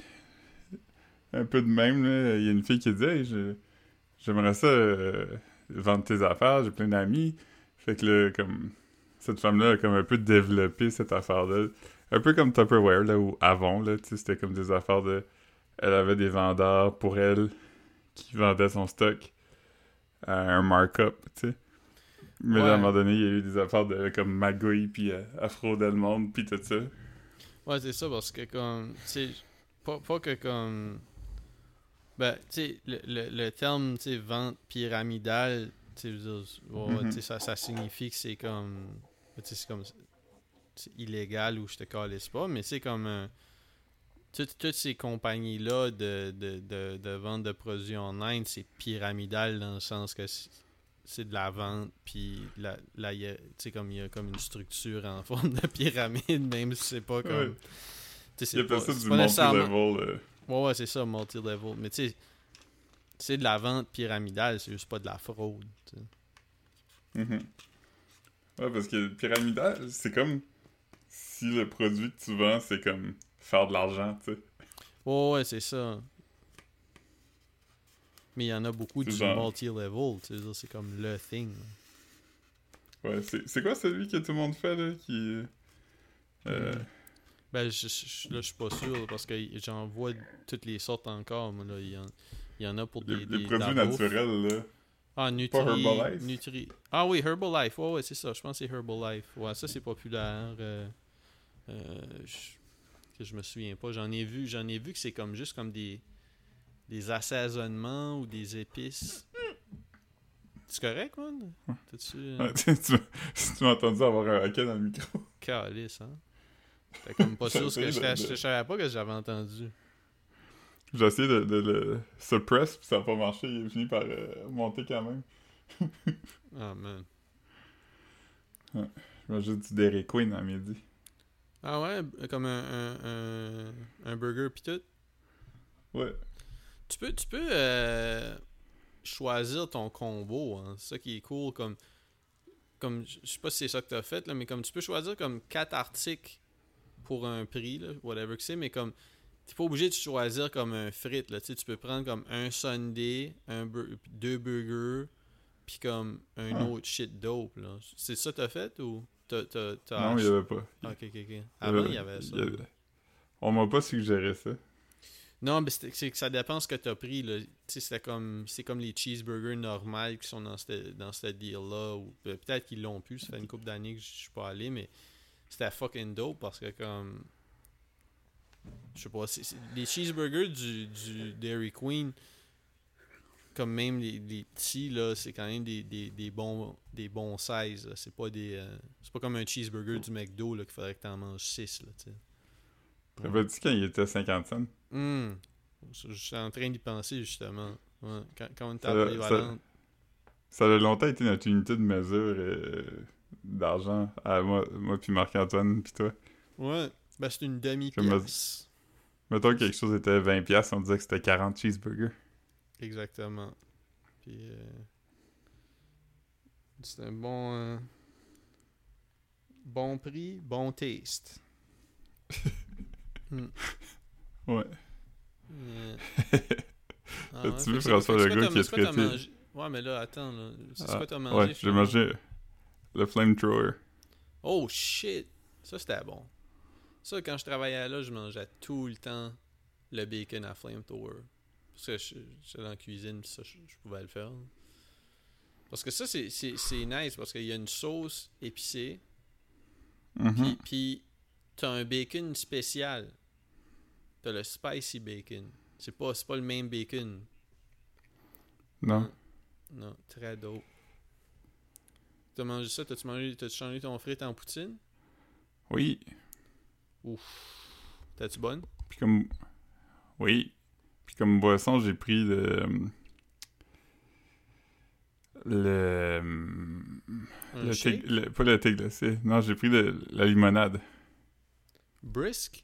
un peu de même là, il y a une fille qui dit hey, je- j'aimerais ça euh, vendre tes affaires, j'ai plein d'amis, fait que là comme cette femme-là a comme un peu développé cette affaire-là. Un peu comme Tupperware, là, ou Avon, là, tu sais, c'était comme des affaires de... Elle avait des vendeurs pour elle qui vendaient son stock à un markup, tu sais. Mais là, à un Ouais. moment donné, il y a eu des affaires de comme Magouille, puis euh, Afro Delmonte, puis tout ça. Ouais, c'est ça, parce que comme, tu sais, pas, pas que comme, ben, tu sais, le, le, le terme, tu sais, vente pyramidale, tu sais, je veux dire, ouais, ouais, Mhm. tu sais, ça, ça signifie que c'est comme, tu sais, c'est comme, c'est illégal ou je te calisse pas, mais c'est comme, euh, toutes, toutes ces compagnies-là de, de, de, de vente de produits online, c'est pyramidal dans le sens que c'est c'est de la vente, puis là, là il y a, tu sais, comme il y a comme une structure en forme de pyramide, même si c'est pas comme... Ouais. Tu sais, Il c'est pas, appelle ça c'est du pas nécessairement... multi-level. euh. Ouais, ouais, c'est ça, multi-level. Mais tu sais, c'est de la vente pyramidale, c'est juste pas de la fraude. Tu sais. Mhm. Ouais, parce que pyramidal, c'est comme si le produit que tu vends, c'est comme faire de l'argent, tu sais. Ouais, ouais, c'est ça. Mais il y en a beaucoup C'est du genre- multi-level, tu sais, c'est comme le thing. Ouais, c'est c'est quoi celui que tout le monde fait, là, qui... Euh... Mm. Ben, je, je- là, je suis pas sûr, parce que j'en vois toutes les sortes encore, moi, là. Il y en, il y en a pour Les, des, les des produits de la bouffe. naturels, là. Ah, Nutri... Pas Herbalife? Nutri... Ah oui, Herbalife, ouais, ouais, c'est ça. Je pense que c'est Herbalife. Ouais, ça, c'est populaire. Euh, euh, je... Que je me souviens pas. J'en ai vu, j'en ai vu que c'est comme juste comme des, des assaisonnements ou des épices. C'est correct, man? T'as-tu... euh, Ouais, tu, tu, tu m'as entendu avoir un hockey dans le micro. Calice, hein? J'étais comme pas sûr ce que je, J'essayais de- je, je savais pas que j'avais entendu. J'ai essayé de, de le suppress, puis ça n'a pas marché. Il est fini par euh, monter quand même. Ah, man. Je mange juste du Dairy Queen à midi. Ah ouais, comme un, un, un, un burger pis tout. Ouais. Tu peux, tu peux euh, choisir ton combo, hein. C'est ça qui est cool. Comme, comme je sais pas si c'est ça que t'as fait, là, mais comme tu peux choisir comme quatre articles pour un prix, là, whatever que c'est, mais comme t'es pas obligé de choisir comme un frite, là. Tu sais, tu peux prendre comme un sundae, un bur- deux burgers, puis comme un Ah. autre shit dope, là. C'est ça que t'as fait ou t'as, t'as, t'as Non, il y ach- avait pas. Ah, ok, ok, ok. Il y Avant, avait- il y avait ça. il y avait- On m'a pas suggéré ça. Non, mais c'est, c'est que ça dépend ce que t'as pris, là. Tu sais, c'était comme, c'est comme les cheeseburgers normales qui sont dans ce dans cette deal-là, ou pe- peut-être qu'ils l'ont plus, ça fait une couple d'années que je suis pas allé, mais c'était fucking dope parce que comme... Je sais pas, c'est, c'est- les cheeseburgers du, du Dairy Queen, comme même les, les petits, là, c'est quand même des, des, des bons des bons sizes, là. C'est pas des... euh, c'est pas comme un cheeseburger du McDo, là, qu'il faudrait que t'en manges six, là, tu sais. T'avais-tu quand il était cinquante cents? Hum. Je suis en train d'y penser, justement. Ouais. Quand, quand on était Ça- à Polyvalente. Ça a longtemps été notre unité de mesure euh, d'argent. À moi, moi puis Marc-Antoine, puis toi. Ouais. Ben, c'est une Je me- demi-pièce. Mettons que quelque chose était vingt piastres, on disait que c'était quarante cheeseburgers. Exactement. Puis, euh, c'est un bon... euh, bon prix, bon taste. Hmm. Ouais. Yeah. Ah, Tu ouais, veux fait que c'est- François fait que c'est Legault quoi qui t'as- est c'est quoi t'as traité? mangé? Ouais, mais là, attends, là. C'est Ah, quoi t'as mangé? ouais, j'ai finalement? mangé le flamethrower. Oh, shit! Ça, c'était bon. Ça, quand je travaillais là, je mangeais tout le temps le bacon à flamethrower. Parce que je- j'étais dans la cuisine, pis ça, je, je pouvais le faire. Parce que ça, c'est, c'est, c'est nice, parce qu'il y a une sauce épicée, Mhm. puis, puis t'as un bacon spécial. T'as le spicy bacon. C'est pas, c'est pas le même bacon. Non. Non, très dope. T'as mangé ça? T'as-tu mangé, t'as-tu changé ton frite en poutine? Oui. T'as-tu bonne? Puis comme... Oui. Puis comme boisson, j'ai pris le... Le... Un le, shake? thé, le pas le thé glacé. Non, j'ai pris le, la limonade. Brisk?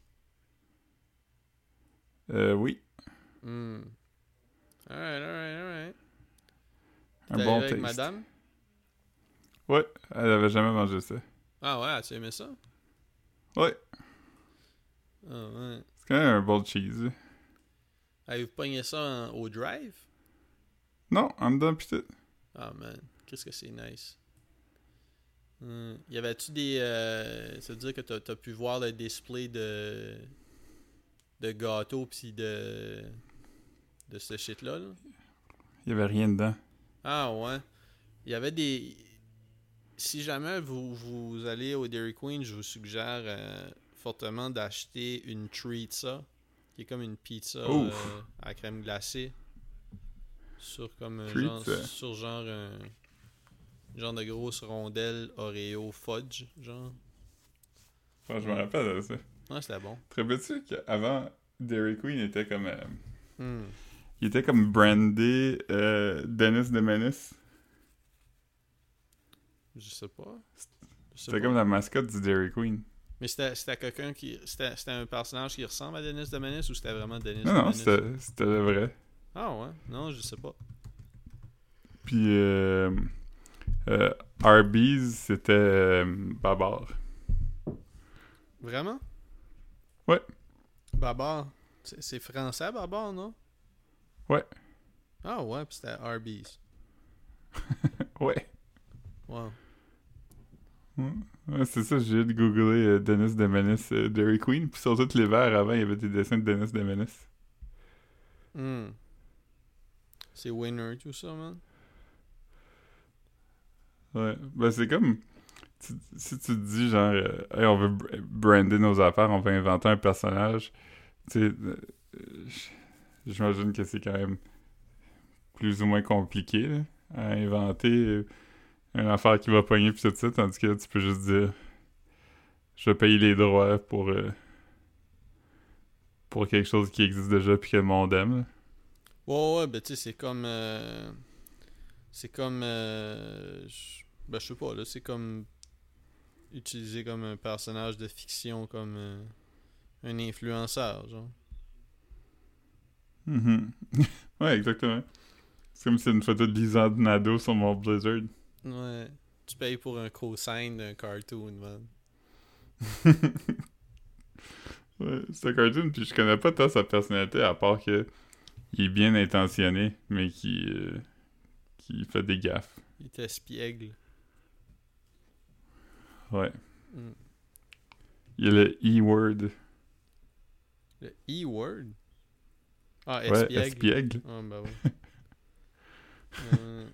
Euh, oui. Hmm. Alright, alright, alright. Un T'es bon allé avec taste. madame? Ouais, elle avait jamais mangé ça. Ah ouais, as-tu aimé ça? Ouais. Ah ouais. C'est quand même un bon cheese. Avez-vous pogné ça en- au drive? Non, en dedans pis tout. Ah man, qu'est-ce que c'est nice. Hmm. Y avait-tu des... Euh, ça veut dire que t'as, t'as pu voir le display de... de gâteaux pis de... de ce shit-là, là? Il y avait rien dedans. Ah ouais. Il y avait des... Si jamais vous, vous allez au Dairy Queen, je vous suggère euh, fortement d'acheter une Treatza, qui est comme une pizza euh, Ouf. à crème glacée. Sur comme un Treatza. genre... Sur genre un... genre de grosse rondelle Oreo fudge, genre. Enfin, je me rappelle de ça. Ouais, c'était bon. Te rappelles-tu qu'avant, Dairy Queen était comme... euh, Hmm. il était comme brandé euh, Dennis the Menace. Je sais pas. Je sais C'était pas. comme la mascotte du Dairy Queen. Mais c'était, c'était quelqu'un qui... C'était, c'était un personnage qui ressemble à Dennis de Menace ou c'était vraiment Dennis Non, de non, Menace? c'était, c'était le vrai. Ah ouais? Non, je sais pas. Puis euh, euh, Arby's, c'était euh, Babar. Vraiment? Ouais. Babar. C'est, c'est français, Babar, non? Ouais. Ah ouais, pis c'était Arby's. Ouais. Wow. Ouais, Ouais, c'est ça, j'ai eu de googler euh, Dennis the Menace euh, Dairy Queen. Puis sur tous les verres, avant, il y avait des dessins de Dennis the Menace. Hmm. C'est winner, tout ça, man. Ouais. Ben, c'est comme... tu- si tu te dis, genre, euh, hey, on veut br- brander nos affaires, on va inventer un personnage, tu sais, euh, j- j'imagine que c'est quand même plus ou moins compliqué, là, à inventer euh, une affaire qui va pogner pis tout ça, tandis que là, tu peux juste dire, je vais payer les droits pour... euh, pour quelque chose qui existe déjà puis que le monde aime, là. Ouais, ouais, ben tu sais, c'est comme... euh, c'est comme... euh, je- ben je sais pas, là, c'est comme... Utiliser comme un personnage de fiction, comme euh, un influenceur, genre. Mhm. Ouais, exactement. C'est comme si c'était une photo de Lisa Nado sur mon Blizzard. Ouais. Tu payes pour un cosign d'un cartoon, man. Ouais, c'est un cartoon, puis je connais pas tant sa personnalité, à part que il est bien intentionné, mais qui, euh, qui fait des gaffes. Il était espiègle. Ouais. Mm. Il y a le E-word. Le E-word? Ah, Ouais, espiègle. espiègle. Ah, bah oui. euh...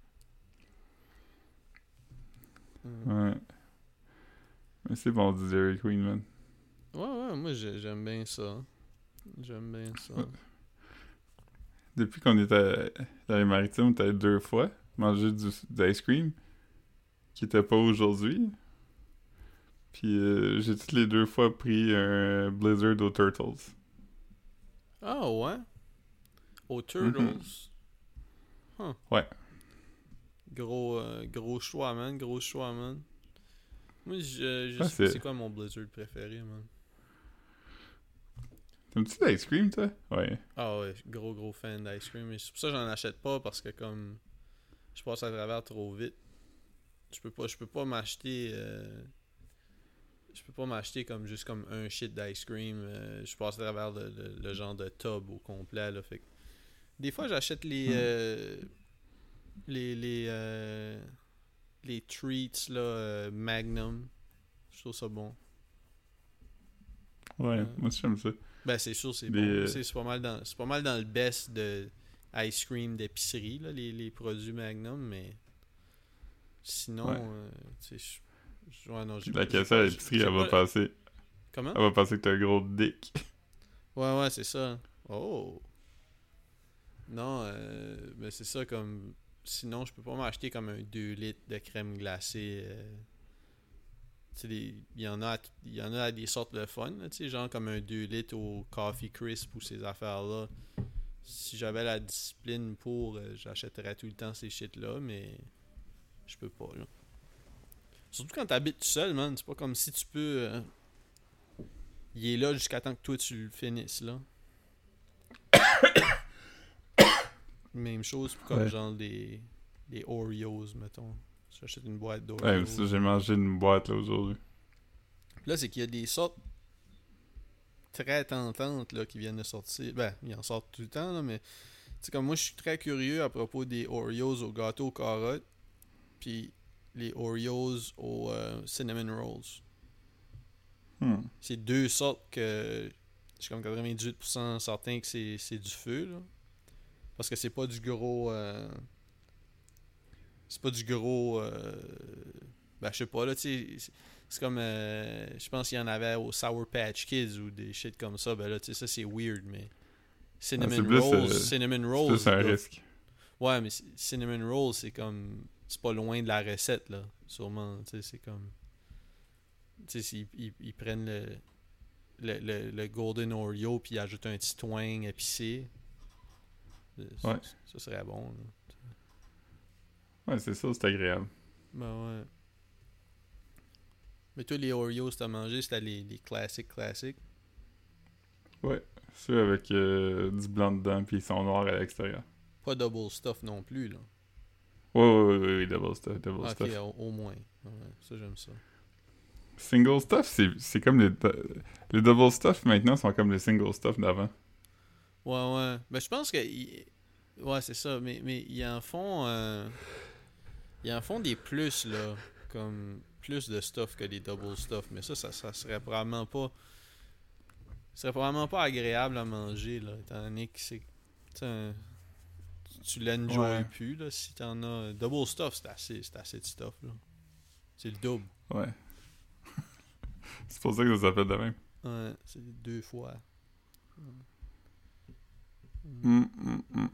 mm. Ouais. Mais c'est bon, du Dairy Queen, man. Ouais, ouais, moi j'ai- j'aime bien ça. J'aime bien ça. Depuis qu'on était dans les maritimes, on était allé deux fois manger du, du ice cream, qui était pas aujourd'hui. Puis euh, j'ai toutes les deux fois pris un Blizzard aux Turtles. Ah ouais? Aux Turtles. Mm-hmm. Huh. Ouais. Gros, euh, gros choix, man. Gros choix, man. Moi, je, je Ah, sais pas c'est... c'est quoi mon Blizzard préféré, man. T'aimes-tu l'ice cream, toi? Ouais. Ah ouais, gros, gros fan d'ice cream. Mais c'est pour ça que j'en achète pas, parce que comme je passe à travers trop vite. Je peux pas, je peux pas m'acheter... Euh... Je peux pas m'acheter comme juste comme un shit d'ice cream. Euh, je passe à travers le, le, le genre de tub au complet, là. Fait que des fois, j'achète les... Hmm. Euh... Les... Les... Euh... Les treats, là, euh, Magnum. Je trouve ça bon. Ouais, Euh, moi aussi j'aime ça. Ben, c'est sûr, c'est Des, bon. euh, C'est c'est pas mal dans, c'est pas mal dans le best de ice cream d'épicerie, là, les, les produits Magnum, mais sinon, Ouais. euh, tu sais, je- je- ouais, non, j'ai La pas- j'ai caissière à pas- l'épicerie, j'ai elle va pas- passer. Comment? Elle va penser que t'as un gros dick. Ouais, ouais, c'est ça. Oh! Non, euh, ben c'est ça, comme... Sinon, je peux pas m'acheter comme un deux litres de crème glacée. euh, Tu sais, les- il y en a, à t- il y en a à des sortes de fun, là, tu sais, genre comme un deux litres au Coffee Crisp ou ces affaires-là. Si j'avais la discipline pour, euh, j'achèterais tout le temps ces shit-là, mais je peux pas, là. Surtout quand t'habites tout seul, man. C'est pas comme si tu peux... euh, Il est là jusqu'à temps que toi tu le finisses, là. Même chose pour comme Ouais. genre des, des Oreos, mettons. Si j'achète une boîte d'Oreos. Ouais, ça, j'ai mangé une boîte là aujourd'hui. Là, c'est qu'il y a des sortes très tentantes là, qui viennent de sortir. Ben, ils en sortent tout le temps, là, mais c'est comme moi, je suis très curieux à propos des Oreos au gâteau aux carottes, puis les Oreos au euh, cinnamon rolls. Hmm. C'est deux sortes que je suis comme quatre-vingt-dix-huit pour cent certain que c'est, c'est du feu, là. Parce que c'est pas du gros... euh, c'est pas du gros... euh, ben, je sais pas, là, tu sais... c'est- C'est comme... euh, je pense qu'il y en avait au Sour Patch Kids ou des shit comme ça. Ben là, tu sais, ça, c'est weird, mais... Cinnamon c'est plus, Rolls... euh, cinnamon C'est Rolls... plus un doivent- risque. Ouais, mais c- Cinnamon Rolls, c'est comme... C'est pas loin de la recette, là. Sûrement, tu sais, c'est comme... Tu sais, ils, ils, ils prennent le, le, le, le Golden Oreo puis ils ajoutent un petit twang épicé. Euh, Ça, Ouais. ça serait bon, là. Ouais, c'est ça, c'est agréable. Ben ouais. Mais toi, les Oreos que t'as mangé, c'était les, les classiques classiques. Ouais. Ceux avec euh, du blanc dedans, puis ils sont noirs à l'extérieur. Pas double stuff non plus, là. Ouais, ouais, ouais, ouais, ouais, double stuff, double Ah, ok, stuff. au, au moins. Ouais, ça, j'aime ça. Single stuff, c'est, c'est comme les... Les double stuff, maintenant, sont comme les single stuff d'avant. Ouais, ouais. Ben, je pense que... ils- Ouais, c'est ça. Mais, mais ils en font... euh, Ils en font des plus, là. Comme plus de stuff que des double stuff. Mais ça, ça, ça serait probablement pas... Ça serait probablement pas agréable à manger, là. Étant donné que c'est... tu sais, un- Tu l'enjoys Ouais. plus, là. Si t'en as... Double stuff, c'est assez, c'est assez de stuff, là. C'est le double. Ouais. C'est pour ça que ça s'appelle de même. Ouais, c'est deux fois. Hum, hum, hum.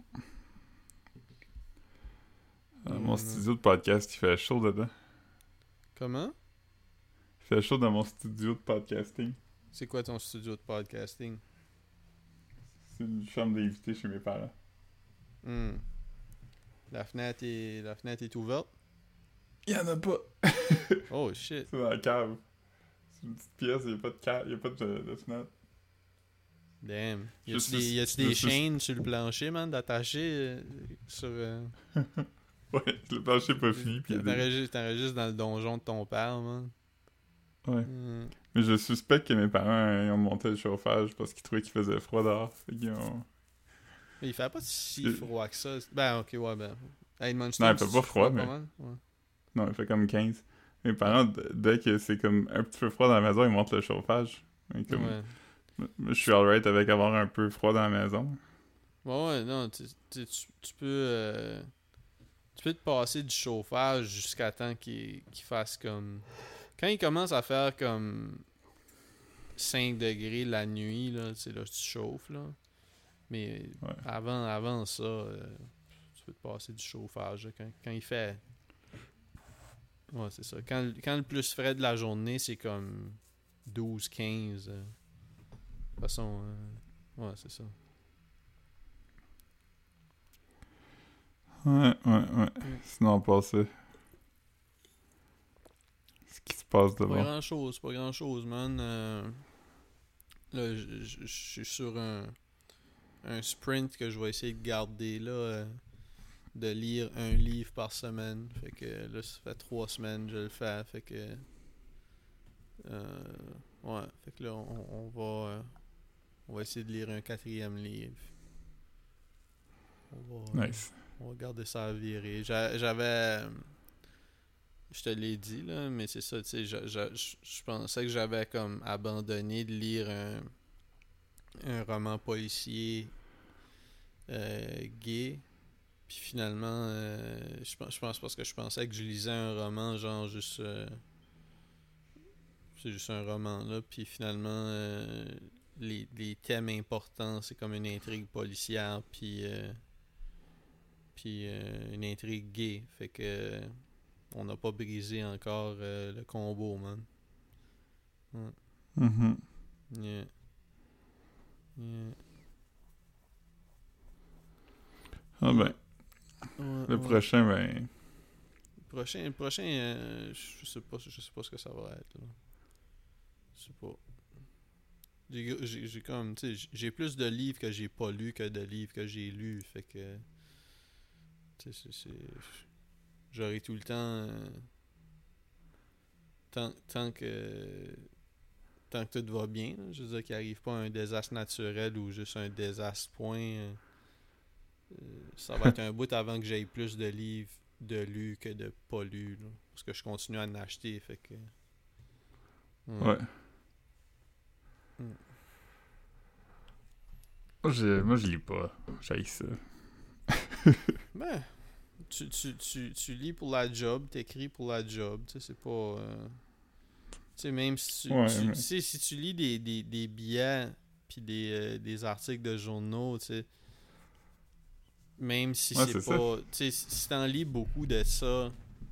Euh, mon Mm. studio de podcast, il fait chaud dedans. Comment? Il fait chaud dans mon studio de podcasting. C'est quoi ton studio de podcasting? C'est une chambre d'invité chez mes parents. Hmm. La fenêtre est... La fenêtre est ouverte? Il y en a pas. Oh shit. C'est dans la cave. C'est une petite pièce, il n'y a pas de cave, il n'y a pas de, de fenêtre. Damn. Y Juste- a-tu des, y a-tu juste- des juste- chaînes sur le plancher, man, d'attacher euh, sur... Euh... Ouais, le plancher est pas fini, puis il y a des... T'enregistres t'enregistres dans le donjon de ton père, man. Ouais. Mm. Mais je suspecte que mes parents ils ont monté le chauffage parce qu'ils trouvaient qu'il faisait froid dehors. Fait qu'ils ont... Mais il fait pas si Et- froid que ça. Ben, ok, ouais, ben. À Non, Edmundston, il fait pas c'est froid, froid pas mais... mal. Ouais. Non, il fait comme quinze. Mes Ah, parents, d- dès que c'est comme un petit peu froid dans la maison, ils montent le chauffage. Et comme... ouais. moi, je suis alright avec avoir un peu froid dans la maison. Ouais, ouais, non, tu, tu, tu tu peux. euh, tu peux te passer du chauffage jusqu'à temps qu'il qu'il fasse comme. Quand il commence à faire comme cinq degrés la nuit, là, c'est là que tu chauffes, là. Mais Ouais. avant, avant ça, euh, tu peux te passer du chauffage. Là, quand, quand il fait. Ouais, c'est ça. Quand, quand le plus frais de la journée, c'est comme douze quinze. euh, de toute façon, euh, ouais, c'est ça. Ouais, ouais, ouais. Mm. Sinon, pas ça. Ce qui se passe de Pas bon. grand chose, pas grand chose, man. Euh, là, je je- je suis sur un, un sprint que je vais essayer de garder là. euh, de lire un livre par semaine. Fait que là, ça fait trois semaines que je le fais. Fait que. Euh, ouais, fait que là, on, on va. euh, on va essayer de lire un quatrième livre. On va, euh, Nice. on va garder ça à virer. J'a- J'avais. euh, Je te l'ai dit, là, mais c'est ça, tu sais. Je, je, je- je pensais que j'avais comme abandonné de lire un, un roman policier euh, gay. Puis finalement, euh, je pense, je pense parce que je pensais que je lisais un roman, genre juste. euh, c'est juste un roman, là. Puis finalement, euh, les, les thèmes importants, c'est comme une intrigue policière, puis. euh, puis euh, une intrigue gay. Fait que. euh, on n'a pas brisé encore euh, le combo, man. Ouais. Mhm. Yeah. Yeah. Ah Ouais. ben, Ouais, le ouais. prochain, ben... Prochain, le prochain euh, je sais pas, je sais pas ce que ça va être, là. Je sais pas. J'ai, j'ai, j'ai comme, tu sais, j'ai plus de livres que j'ai pas lus que de livres que j'ai lus, fait que, tu sais, c'est, c'est- j'aurai tout le temps, euh, tant, tant que, tant que tout va bien, là, je veux dire qu'il arrive pas un désastre naturel ou juste un désastre point, euh, euh, ça va être un bout avant que j'aie plus de livres de lus que de pas lus, là, parce que je continue à en acheter, fait que, ouais. Ouais. Mm. Moi, je, moi, je lis pas. J'haïs ça. Ben, tu, tu, tu, tu lis pour la job, t'écris pour la job, tu sais, c'est pas... euh, tu sais, même si tu, Ouais, tu, mais... tu sais, si tu lis des, des, des billets puis des, euh, des articles de journaux, tu sais, même si Ouais, c'est c'est ça. pas... Tu sais, si si t'en lis beaucoup de ça,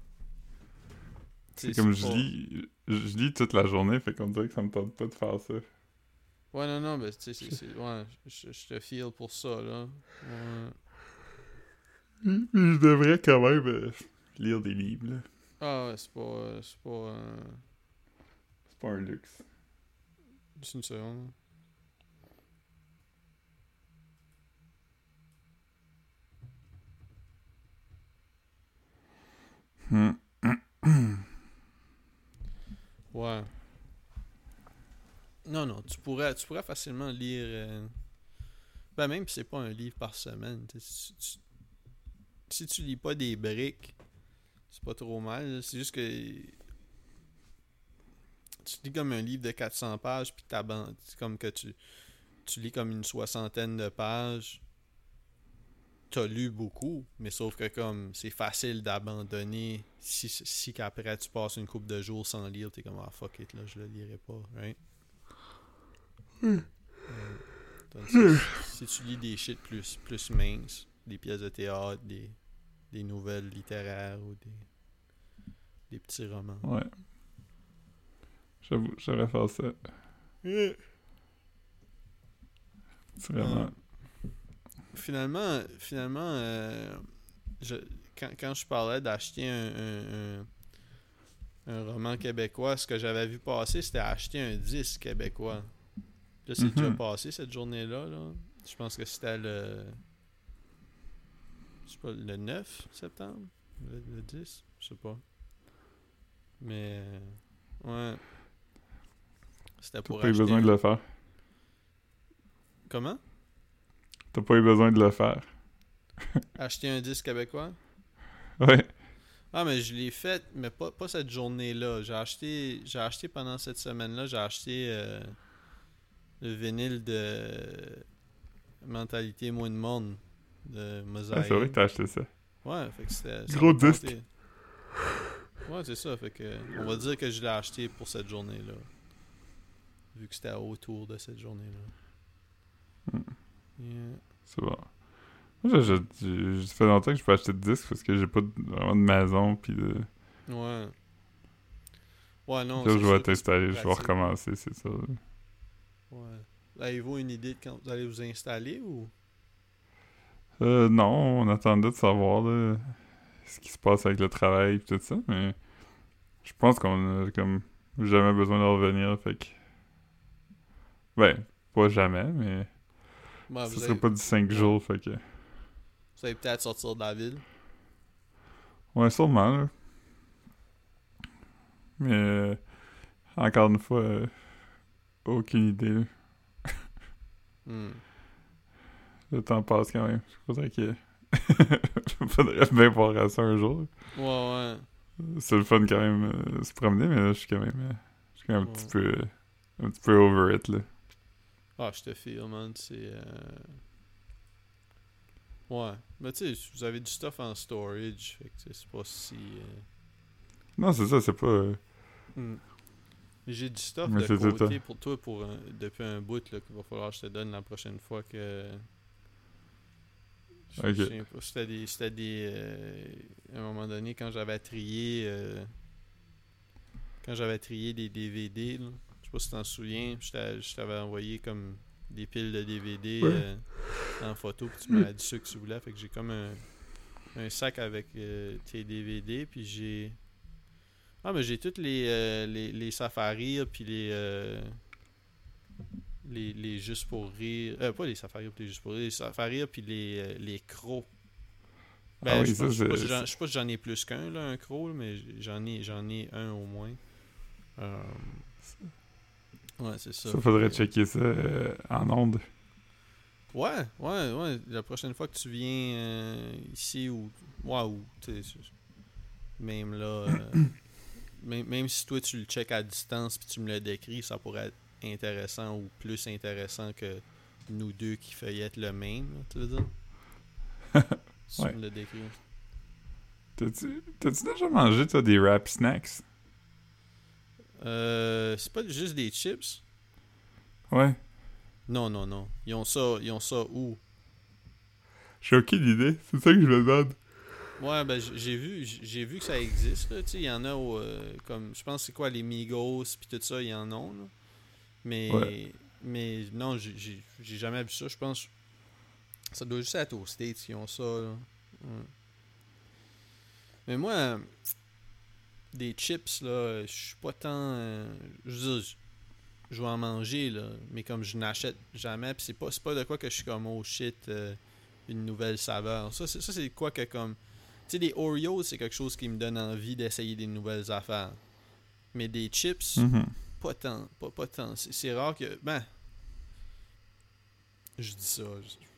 tu C'est sais, c'est comme je pas... lis... Je lis toute la journée, fait qu'on dirait que ça me tente pas de faire ça. Ouais, non, non, ben, tu sais, c'est... c'est- Ouais, je, je te feel pour ça, là. Ouais. Mais je devrais quand même euh, lire des livres, là. Ah ouais, c'est pas... euh, C'est pas... euh, C'est pas un luxe. Juste une seconde. Hmm. Ouais. Non, non, tu pourrais, tu pourrais facilement lire... euh, Ben même si c'est pas un livre par semaine, tu sais, si tu, si tu lis pas des briques, c'est pas trop mal, là. C'est juste que tu lis comme un livre de quatre cents pages, puis t'aban- c'est comme que tu, tu lis comme une soixantaine de pages, t'as lu beaucoup, mais sauf que comme c'est facile d'abandonner si, si qu'après tu passes une couple de jours sans lire, t'es comme ah fuck it, là, je le lirai pas, right? Hmm. Mm. Tandis que si, si tu lis des shit plus, plus minces, des pièces de théâtre, des, des nouvelles littéraires ou des, des petits romans. Ouais. J'avoue, j'aurais faire ça. Euh, C'est vraiment... finalement, finalement euh, je, quand, quand je parlais d'acheter un, un, un, un roman québécois, ce que j'avais vu passer, c'était acheter un disque québécois. Là, c'est déjà Mhm. passé cette journée-là. Là. Je pense que c'était le. Je sais pas, le neuf septembre? Le, le dix? Je sais pas. Mais. euh, ouais. c'était T'as pour pas eu acheter besoin un- de le faire. Comment? T'as pas eu besoin de le faire. Acheter un disque québécois? Ouais. Ah, mais je l'ai fait, mais pas, pas cette journée-là. J'ai acheté, j'ai acheté pendant cette semaine-là, j'ai acheté euh, le vinyle de Mentalité Moins de Monde de Ah, c'est vrai Mosaïque. que t'as acheté ça. Ouais, fait que c'était, ça Gros m'a disque. compté. Ouais, c'est ça, fait que on va dire que je l'ai acheté pour cette journée-là. Vu que c'était autour de cette journée-là. Hmm. Yeah. C'est bon. Moi, je, je, je- ça fait longtemps que je peux acheter de disques parce que j'ai pas de- vraiment de maison. Puis de... Ouais. Ouais, non, là, c'est je vais sûr que c'est plus t'installer, je vais pratique. recommencer, c'est ça. Ouais. Avez-vous une idée de quand vous allez vous installer ou? Euh, non, on attendait de savoir là, ce qui se passe avec le travail et tout ça, mais je pense qu'on a comme jamais besoin de revenir, fait que... Ben, pas jamais, mais Ouais, ça vous serait allez, pas du cinq ouais. jours, fait que... Vous allez peut-être sortir de la ville. Ouais, sûrement, là. Mais, euh, encore une fois, euh, aucune idée, là. Hmm. Le temps passe quand même. Faudrait que... Faudrait bien voir à ça un jour. Ouais, ouais. C'est le fun quand même, euh, se promener, mais là, je suis quand même... euh, je suis quand même un Ouais. petit peu... euh, un petit peu over it, là. Ah, je te file, man. C'est. Euh... Ouais. Mais tu sais, vous avez du stuff en storage. Fait que tu sais, c'est pas si. euh, Non, c'est ça, c'est pas... euh, hmm. J'ai du stuff Mais de c'est tout côté le temps. pour toi pour un- depuis un bout là, qu'il va falloir que je te donne la prochaine fois que. Je Ok. je sais pas. C'était des. C'était des. euh, À un moment donné, quand j'avais trié. euh, Quand j'avais trié des D V D, là, je sais pas si tu t'en souviens, je t'a- je t'avais envoyé comme des piles de D V D Ouais. euh, en photo, puis tu m'avais dit ce que tu voulais. Fait que j'ai comme un, un sac avec euh, tes D V D, puis j'ai. Ah, mais j'ai toutes les, euh, les, les safaris, puis les, euh, les. Les juste pour rire. Euh, pas les safaris, puis les juste pour rire, les safaris, puis les, euh, les crocs. Ben, Ah je oui, sais pas, ça, je sais pas si c'est... j'en- je sais pas si j'en ai plus qu'un, là, un croc, là, mais j'en ai, j'en ai un au moins. Euh, Ouais, c'est ça. Ça, Fait faudrait que- checker ça euh, en onde. Ouais, ouais, ouais. La prochaine fois que tu viens euh, ici ou. Ouais, ou. tu sais, c'est- Même là. euh, même, même si toi tu le check à distance puis tu me le décris, ça pourrait être intéressant ou plus intéressant que nous deux qui feuillettent le même, là, tu veux dire? Si Ouais. tu me le décris. T'as-tu, t'as-tu déjà mangé, toi, des rap snacks? Euh, c'est pas juste des chips? Ouais. Non, non, non. Ils ont ça, ils ont ça où? J'ai aucune idée. C'est ça que je me demande. Ouais, ben j- j'ai vu j- j'ai vu que ça existe là, tu sais, il y en a au, euh, comme je pense que c'est quoi les Migos puis tout ça, il y en a là. Mais Ouais. mais non, j'ai j'ai j'ai jamais vu ça, je pense ça doit juste être aux States, ils ont ça là. Ouais. Mais moi euh, des chips là, je suis pas tant euh, je veux dire, je vais en manger là, mais comme je n'achète jamais, puis c'est pas c'est pas de quoi que je suis comme oh shit euh, une nouvelle saveur. Ça c'est ça c'est quoi que comme tu sais, des Oreos, c'est quelque chose qui me donne envie d'essayer des nouvelles affaires. Mais des chips, Mhm. pas tant. Pas, pas tant. C'est, c'est rare que. Ben. Je dis ça.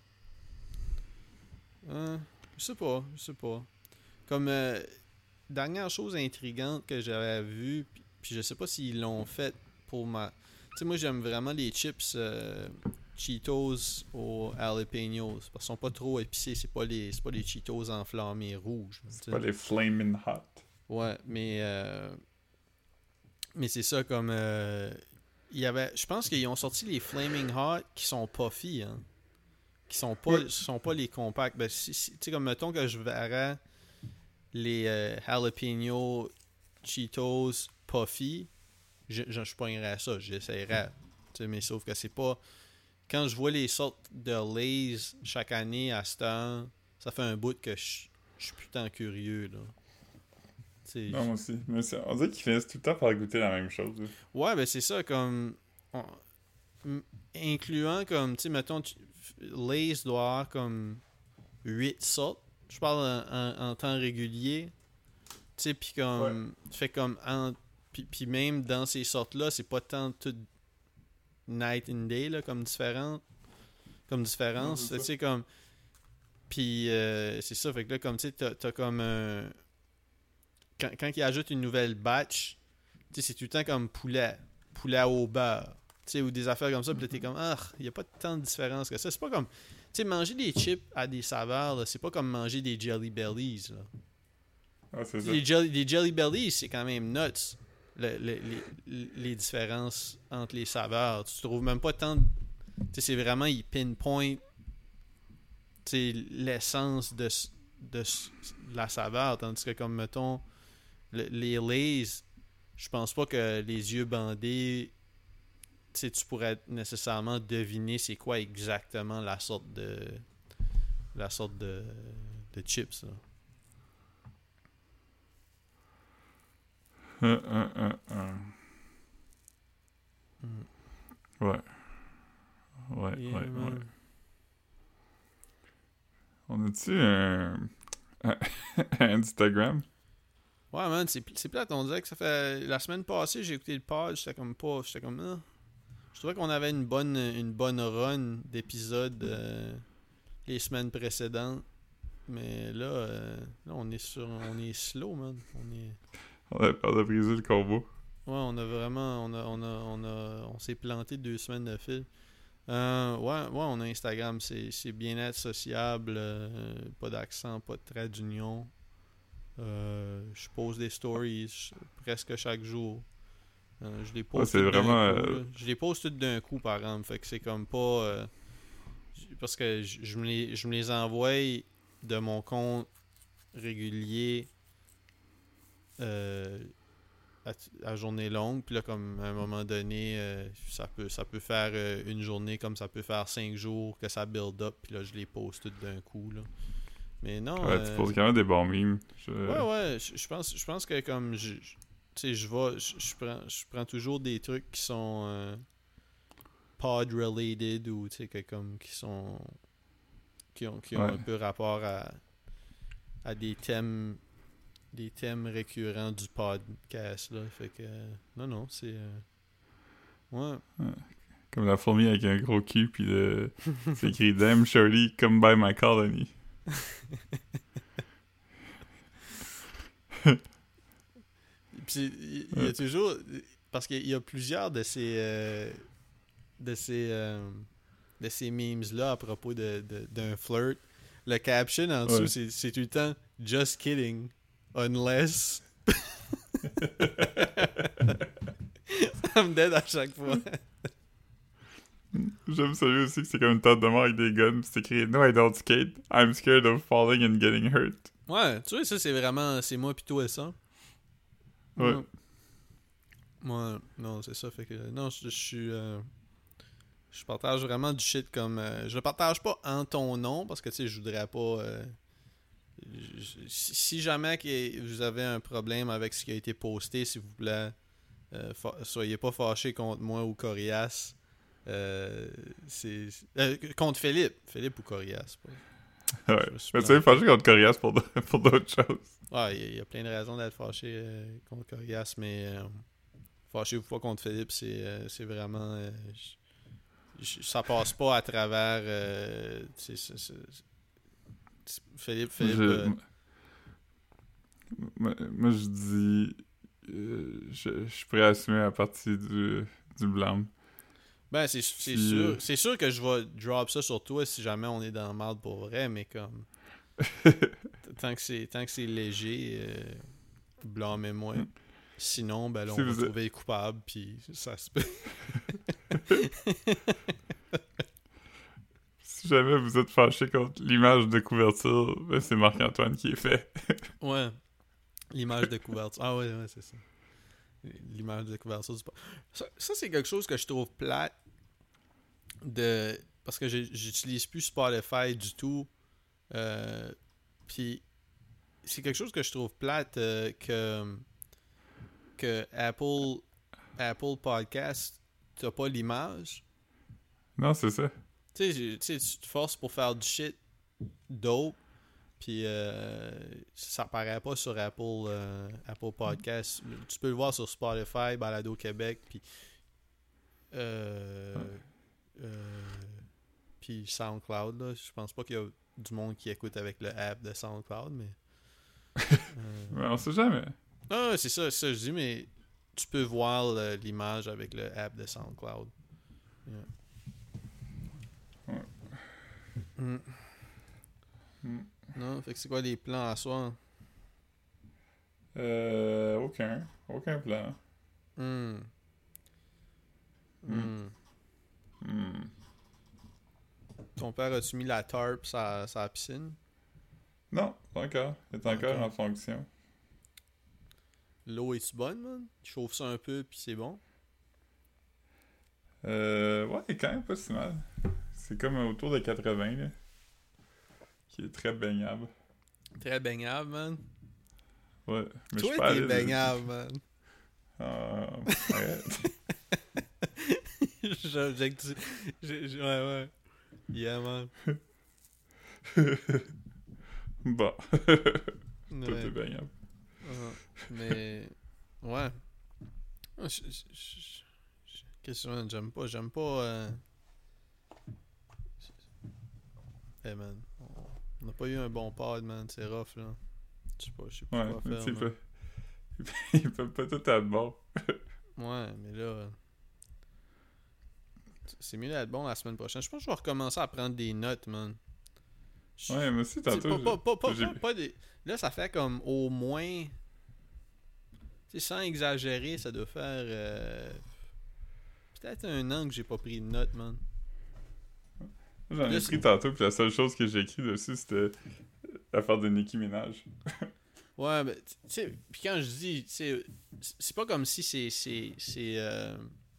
Je, hein, je sais pas. Je sais pas. Comme. Euh, dernière chose intrigante que j'avais vue, puis, puis je sais pas s'ils l'ont fait pour ma. Tu sais, moi, j'aime vraiment les chips euh, Cheetos aux jalapenos. Parce qu'ils sont pas trop épicés. C'est pas les, c'est pas les Cheetos enflammés rouges. tu C'est sais. pas les Flamin' Hot. Ouais, mais euh, mais c'est ça comme euh, il y avait je pense qu'ils ont sorti les Flaming Hot qui sont puffy hein, qui sont pas Ouais. sont pas les compacts. Ben si, si- tu sais comme mettons que je verrais les euh, jalapeno Cheetos puffy, je je, je pognerais ça, j'essaierais. Tu sais, mais sauf que c'est pas quand je vois les sortes de Lay's chaque année à cette heure, ça fait un bout que je je suis putain curieux là. Tu sais, Non, moi aussi. Mais c'est- on dirait qu'ils finissent tout le temps par goûter la même chose. là. ouais, ben c'est ça, comme. on- m- incluant comme, tu sais, mettons, tu- Lay's doit avoir comme huit sortes. Je parle en, en- en temps régulier. Tu sais, puis comme. Fait comme. en- Puis puis même dans ces sortes-là, c'est pas tant tout night and day, là, comme différent. Comme différence. Tu sais, comme. Puis, euh, c'est ça. Fait que là, comme, tu sais, t'as, t'as comme un. Quand, quand ils ajoutent une nouvelle batch, tu sais, c'est tout le temps comme poulet. Poulet au beurre. Tu sais, ou des affaires comme ça. Puis là, t'es comme, ah, il n'y a pas tant de différence que ça. C'est pas comme. Tu sais, manger des chips à des saveurs, là, c'est pas comme manger des Jelly Bellies, là. Ah, c'est ça. Les jelly, les jelly Bellies, c'est quand même nuts. Le, le, les, les différences entre les saveurs. Tu trouves même pas tant de... Tu sais, c'est vraiment, ils pinpoint l'essence de, de, de la saveur. Tandis que, comme, mettons, le, les Lays, je pense pas que les yeux bandés, tu sais, tu pourrais nécessairement deviner c'est quoi exactement la sorte de... la sorte de, de chips, là. Un, un, un, un. Mm. Ouais. Ouais, Yeah, ouais, man. ouais. On a-tu un... un Instagram? Ouais, man, c'est, c'est plate. On dirait que ça fait... La semaine passée, j'ai écouté le pod, j'étais comme pas... J'étais comme... Ah. Je trouvais qu'on avait une bonne une bonne run d'épisodes euh, les semaines précédentes. Mais là, euh, là, on est sur... On est slow, man. On est... On a, on a brisé le combo. Ouais, on a vraiment... On a... On a... On, a, on s'est planté deux semaines de fil. Euh, ouais, ouais, on a Instagram. C'est, c'est bien-être sociable. Euh, pas d'accent, pas de trait d'union. Euh, je pose des stories presque chaque jour. Euh, je les pose Ouais, c'est toutes vraiment, d'un coup. euh, Là. Je les pose toutes d'un coup, par exemple. Fait que c'est comme pas... euh, parce que je, je me les, je me les envoie de mon compte régulier euh, à, à journée longue. Puis là, comme à un moment donné, euh, ça peut ça peut faire euh, une journée comme ça peut faire cinq jours que ça build up. Puis là, je les pose toutes d'un coup. Là. Mais non... ouais, euh, tu poses quand même des bons memes. Je... Ouais, ouais, je, je pense, je pense que comme je, je- tu sais, je vais, je, je prends, je prends toujours des trucs qui sont euh, pod related ou tu sais que comme qui sont, qui ont, qui ont Ouais. un peu rapport à, à des thèmes, des thèmes récurrents du podcast là. Fait que euh, non, non, c'est, euh, ouais, Comme la fourmi avec un gros cul, puis le... c'est écrit « Damn, Shorty, come by my colony ». puis il il y, a toujours, parce qu'il y a plusieurs de ces, euh, de ces euh, de ces memes-là à propos de, de- d'un flirt. Le caption en dessous, Ouais. c'est, c'est tout le temps « Just kidding. Unless... » Ça me dead à chaque fois. J'aime celui aussi que c'est comme une tente de mort avec des guns, pis c'est écrit « No, I don't skate. I'm scared of falling and getting hurt. Ouais, tu vois, ça, c'est vraiment... C'est moi pis toi et ça. » Ouais. Ouais, non, c'est ça. Fait que... Non, je je suis... euh, je partage vraiment du shit comme... euh, je le partage pas en ton nom, parce que, tu sais, je voudrais pas... euh, je- si si jamais que vous avez un problème avec ce qui a été posté, s'il vous plaît, euh, fa- soyez pas fâchés contre moi ou Corias. Euh, c'est euh, contre Philippe. Philippe ou Corias. Pas. Ouais. Je me suis Mais tu sais, planté. fâché contre Corias pour, d- pour d'autres choses. Ouais, il y, a- il y a plein de raisons d'être fâché euh, contre Corias, mais euh, fâchez-vous pas contre Philippe, c'est, euh, c'est vraiment. euh, j- j- ça passe pas à travers. euh, c'est- c'est- c'est- c'est- Philippe, Philippe. Je- euh, Moi, moi, je dis... euh, je, je suis prêt à assumer la partie du, du blâme. Ben, c'est, c'est Si, sûr. euh, C'est sûr que je vais drop ça sur toi si jamais on est dans le mal pour vrai, mais comme. tant que c'est tant que c'est léger, euh, blâmez-moi. Sinon, ben là, on Si va vous êtes- trouver coupable, puis ça se peut. Si jamais vous êtes fâché contre l'image de couverture, ben c'est Marc-Antoine qui est fait. Ouais. L'image de couverture. Ah ouais, ouais, c'est ça. L'image de couverture du... Ça, ça, c'est quelque chose que je trouve plate de... Parce que j'ai- j'utilise plus Spotify du tout. Euh, Puis c'est quelque chose que je trouve plate euh, que, que Apple, Apple Podcast, t'as pas l'image. Non, c'est ça. Tu sais, j'ai- tu sais, tu te forces pour faire du shit dope, puis euh, ça paraît pas sur Apple, euh, Apple Podcast. Tu peux le voir sur Spotify, Balado Québec, puis Euh, Ouais. euh, Puis SoundCloud, là, je pense pas qu'il y a du monde qui écoute avec le app de SoundCloud, mais... euh, Mais on sait jamais. Ah, c'est ça, c'est ça, je dis, mais tu peux voir le- l'image avec le app de SoundCloud. Yeah. Ouais. Mm. Hmm. Non, fait que c'est quoi les plans à soir? Euh, aucun. Aucun plan. Hmm. Hmm. Hmm. Hmm. Ton père, as-tu mis la tarp sur sa piscine? Non, pas encore. Il est Pas encore encore. en fonction. L'eau est-tu bonne, man? Tu chauffes ça un peu, puis c'est bon? Euh, ouais, quand même pas si mal. C'est comme autour de quatre-vingts, là. Qui est très baignable. Très baignable, man. Ouais. Mais je Toi, suis pas t'es allé. baignable, man. Ah, arrête. J'objective. j'ai- j'ai- Ouais, ouais. Yeah, man. Bon. Tout Ouais. est baignable. Ah, mais. Ouais. Ah, je- je- je- je- Qu'est-ce que j'aime pas? J'aime pas. Euh... Hey, man. On n'a pas eu un bon pod, man. C'est rough, là. Je sais pas, je sais plus Ouais, quoi mais faire, tu sais, man. ils peuvent- ils peuvent pas tout être bons. Ouais, mais là. C'est mieux d'être bon la semaine prochaine. Je pense que je vais recommencer à prendre des notes, man. Je- Ouais, mais aussi, tu sais, tantôt. pas, pas, pas, pas, j'ai- pas- pas des... Là, ça fait comme au moins. Tu sais, sans exagérer, ça doit faire. euh, Peut-être un an que j'ai pas pris de notes, man. J'en ai Là, pris tantôt, puis la seule chose que j'ai écrit dessus, c'était l'affaire de Nicki Minaj. Ouais, mais tu sais, puis quand je dis, tu sais, c'est pas comme si c'est c'est c'est euh,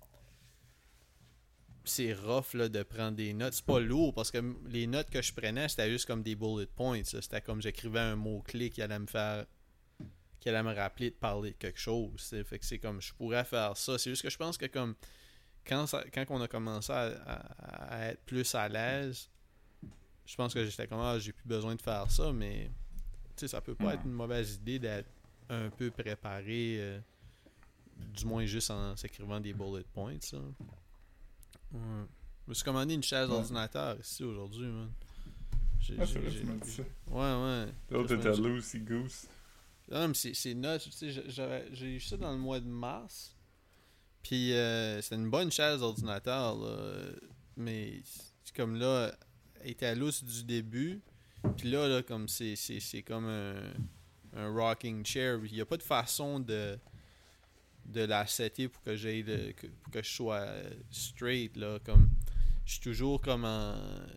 c'est rough là de prendre des notes, c'est pas lourd parce que m- les notes que je prenais, c'était juste comme des bullet points, là. C'était comme j'écrivais un mot clé qui allait me faire qui allait me rappeler de parler de quelque chose, tu sais. Fait que c'est comme je pourrais faire ça, c'est juste que je pense que comme quand ça, quand on a commencé à, à- à être plus à l'aise, je pense que j'étais comme ah, j'ai plus besoin de faire ça, mais tu sais, ça peut pas Ouais. être une mauvaise idée d'être un peu préparé, euh, du moins juste en s'écrivant des bullet points, ça. Ouais. Je me suis commandé une chaise Ouais. d'ordinateur ici aujourd'hui, man. J'ai, Ah, c'est j'ai- vrai, j'ai- tu m'as dit ça. Ouais, ouais. L'autre était Lucy Goose. Non, mais c'est, c'est nuts. Tu sais, j'a- j'avais- j'ai eu ça dans le mois de mars. Puis euh, c'était une bonne chaise d'ordinateur, là. Mais c'est comme là, elle était à l'os du début. Puis là, là, comme c'est, c'est, c'est comme un, un rocking chair. Il n'y a pas de façon de, de la setter pour que j'aille le- que- pour que je sois euh, straight, là. Comme je suis toujours comme en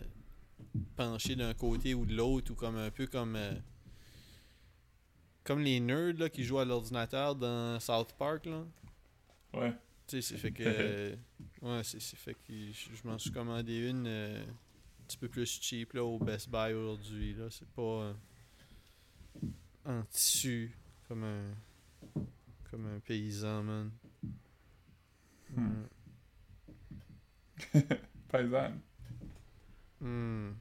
penché d'un côté ou de l'autre, ou comme un peu comme euh, comme les nerds là, qui jouent à l'ordinateur dans South Park, là. Ouais. Tu sais, c'est fait que. euh, ouais, c'est, c'est fait que je, je m'en suis commandé une euh, un petit peu plus cheap là, au Best Buy aujourd'hui. Là. C'est pas euh, en tissu comme un. Comme un paysan, man. Hmm. Ouais. Paysanne. Hmm.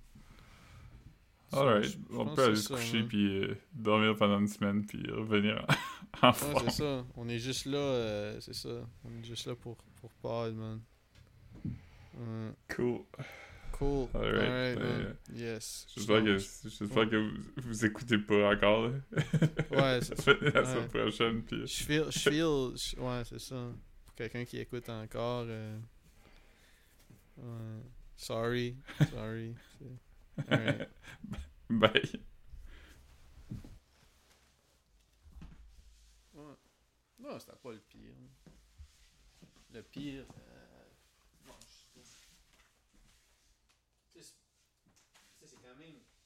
Alright, Je- je on pense peut que aller c'est se ça, coucher man. puis euh, dormir pendant une semaine puis revenir en, en Ouais, forme. c'est ça. On est juste là, euh, c'est ça. On est juste là pour, pour pod, man. Ouais. Cool. Cool. Alright, Alright, ben, man. euh, Yes. J'espère que, Sinon, j'espère que vous, vous écoutez pas encore. Là. Ouais, c'est- Ça fait la ouais. semaine prochaine. Puis... Je feel, je feel, je- ouais, c'est ça. Pour quelqu'un qui écoute encore, euh, ouais. Sorry, sorry. C'est- Alright. Bye. Ouais. Non, c'était pas le pire. Le pire, euh, bon, je- tu sais, c'est tu sais, c'est quand même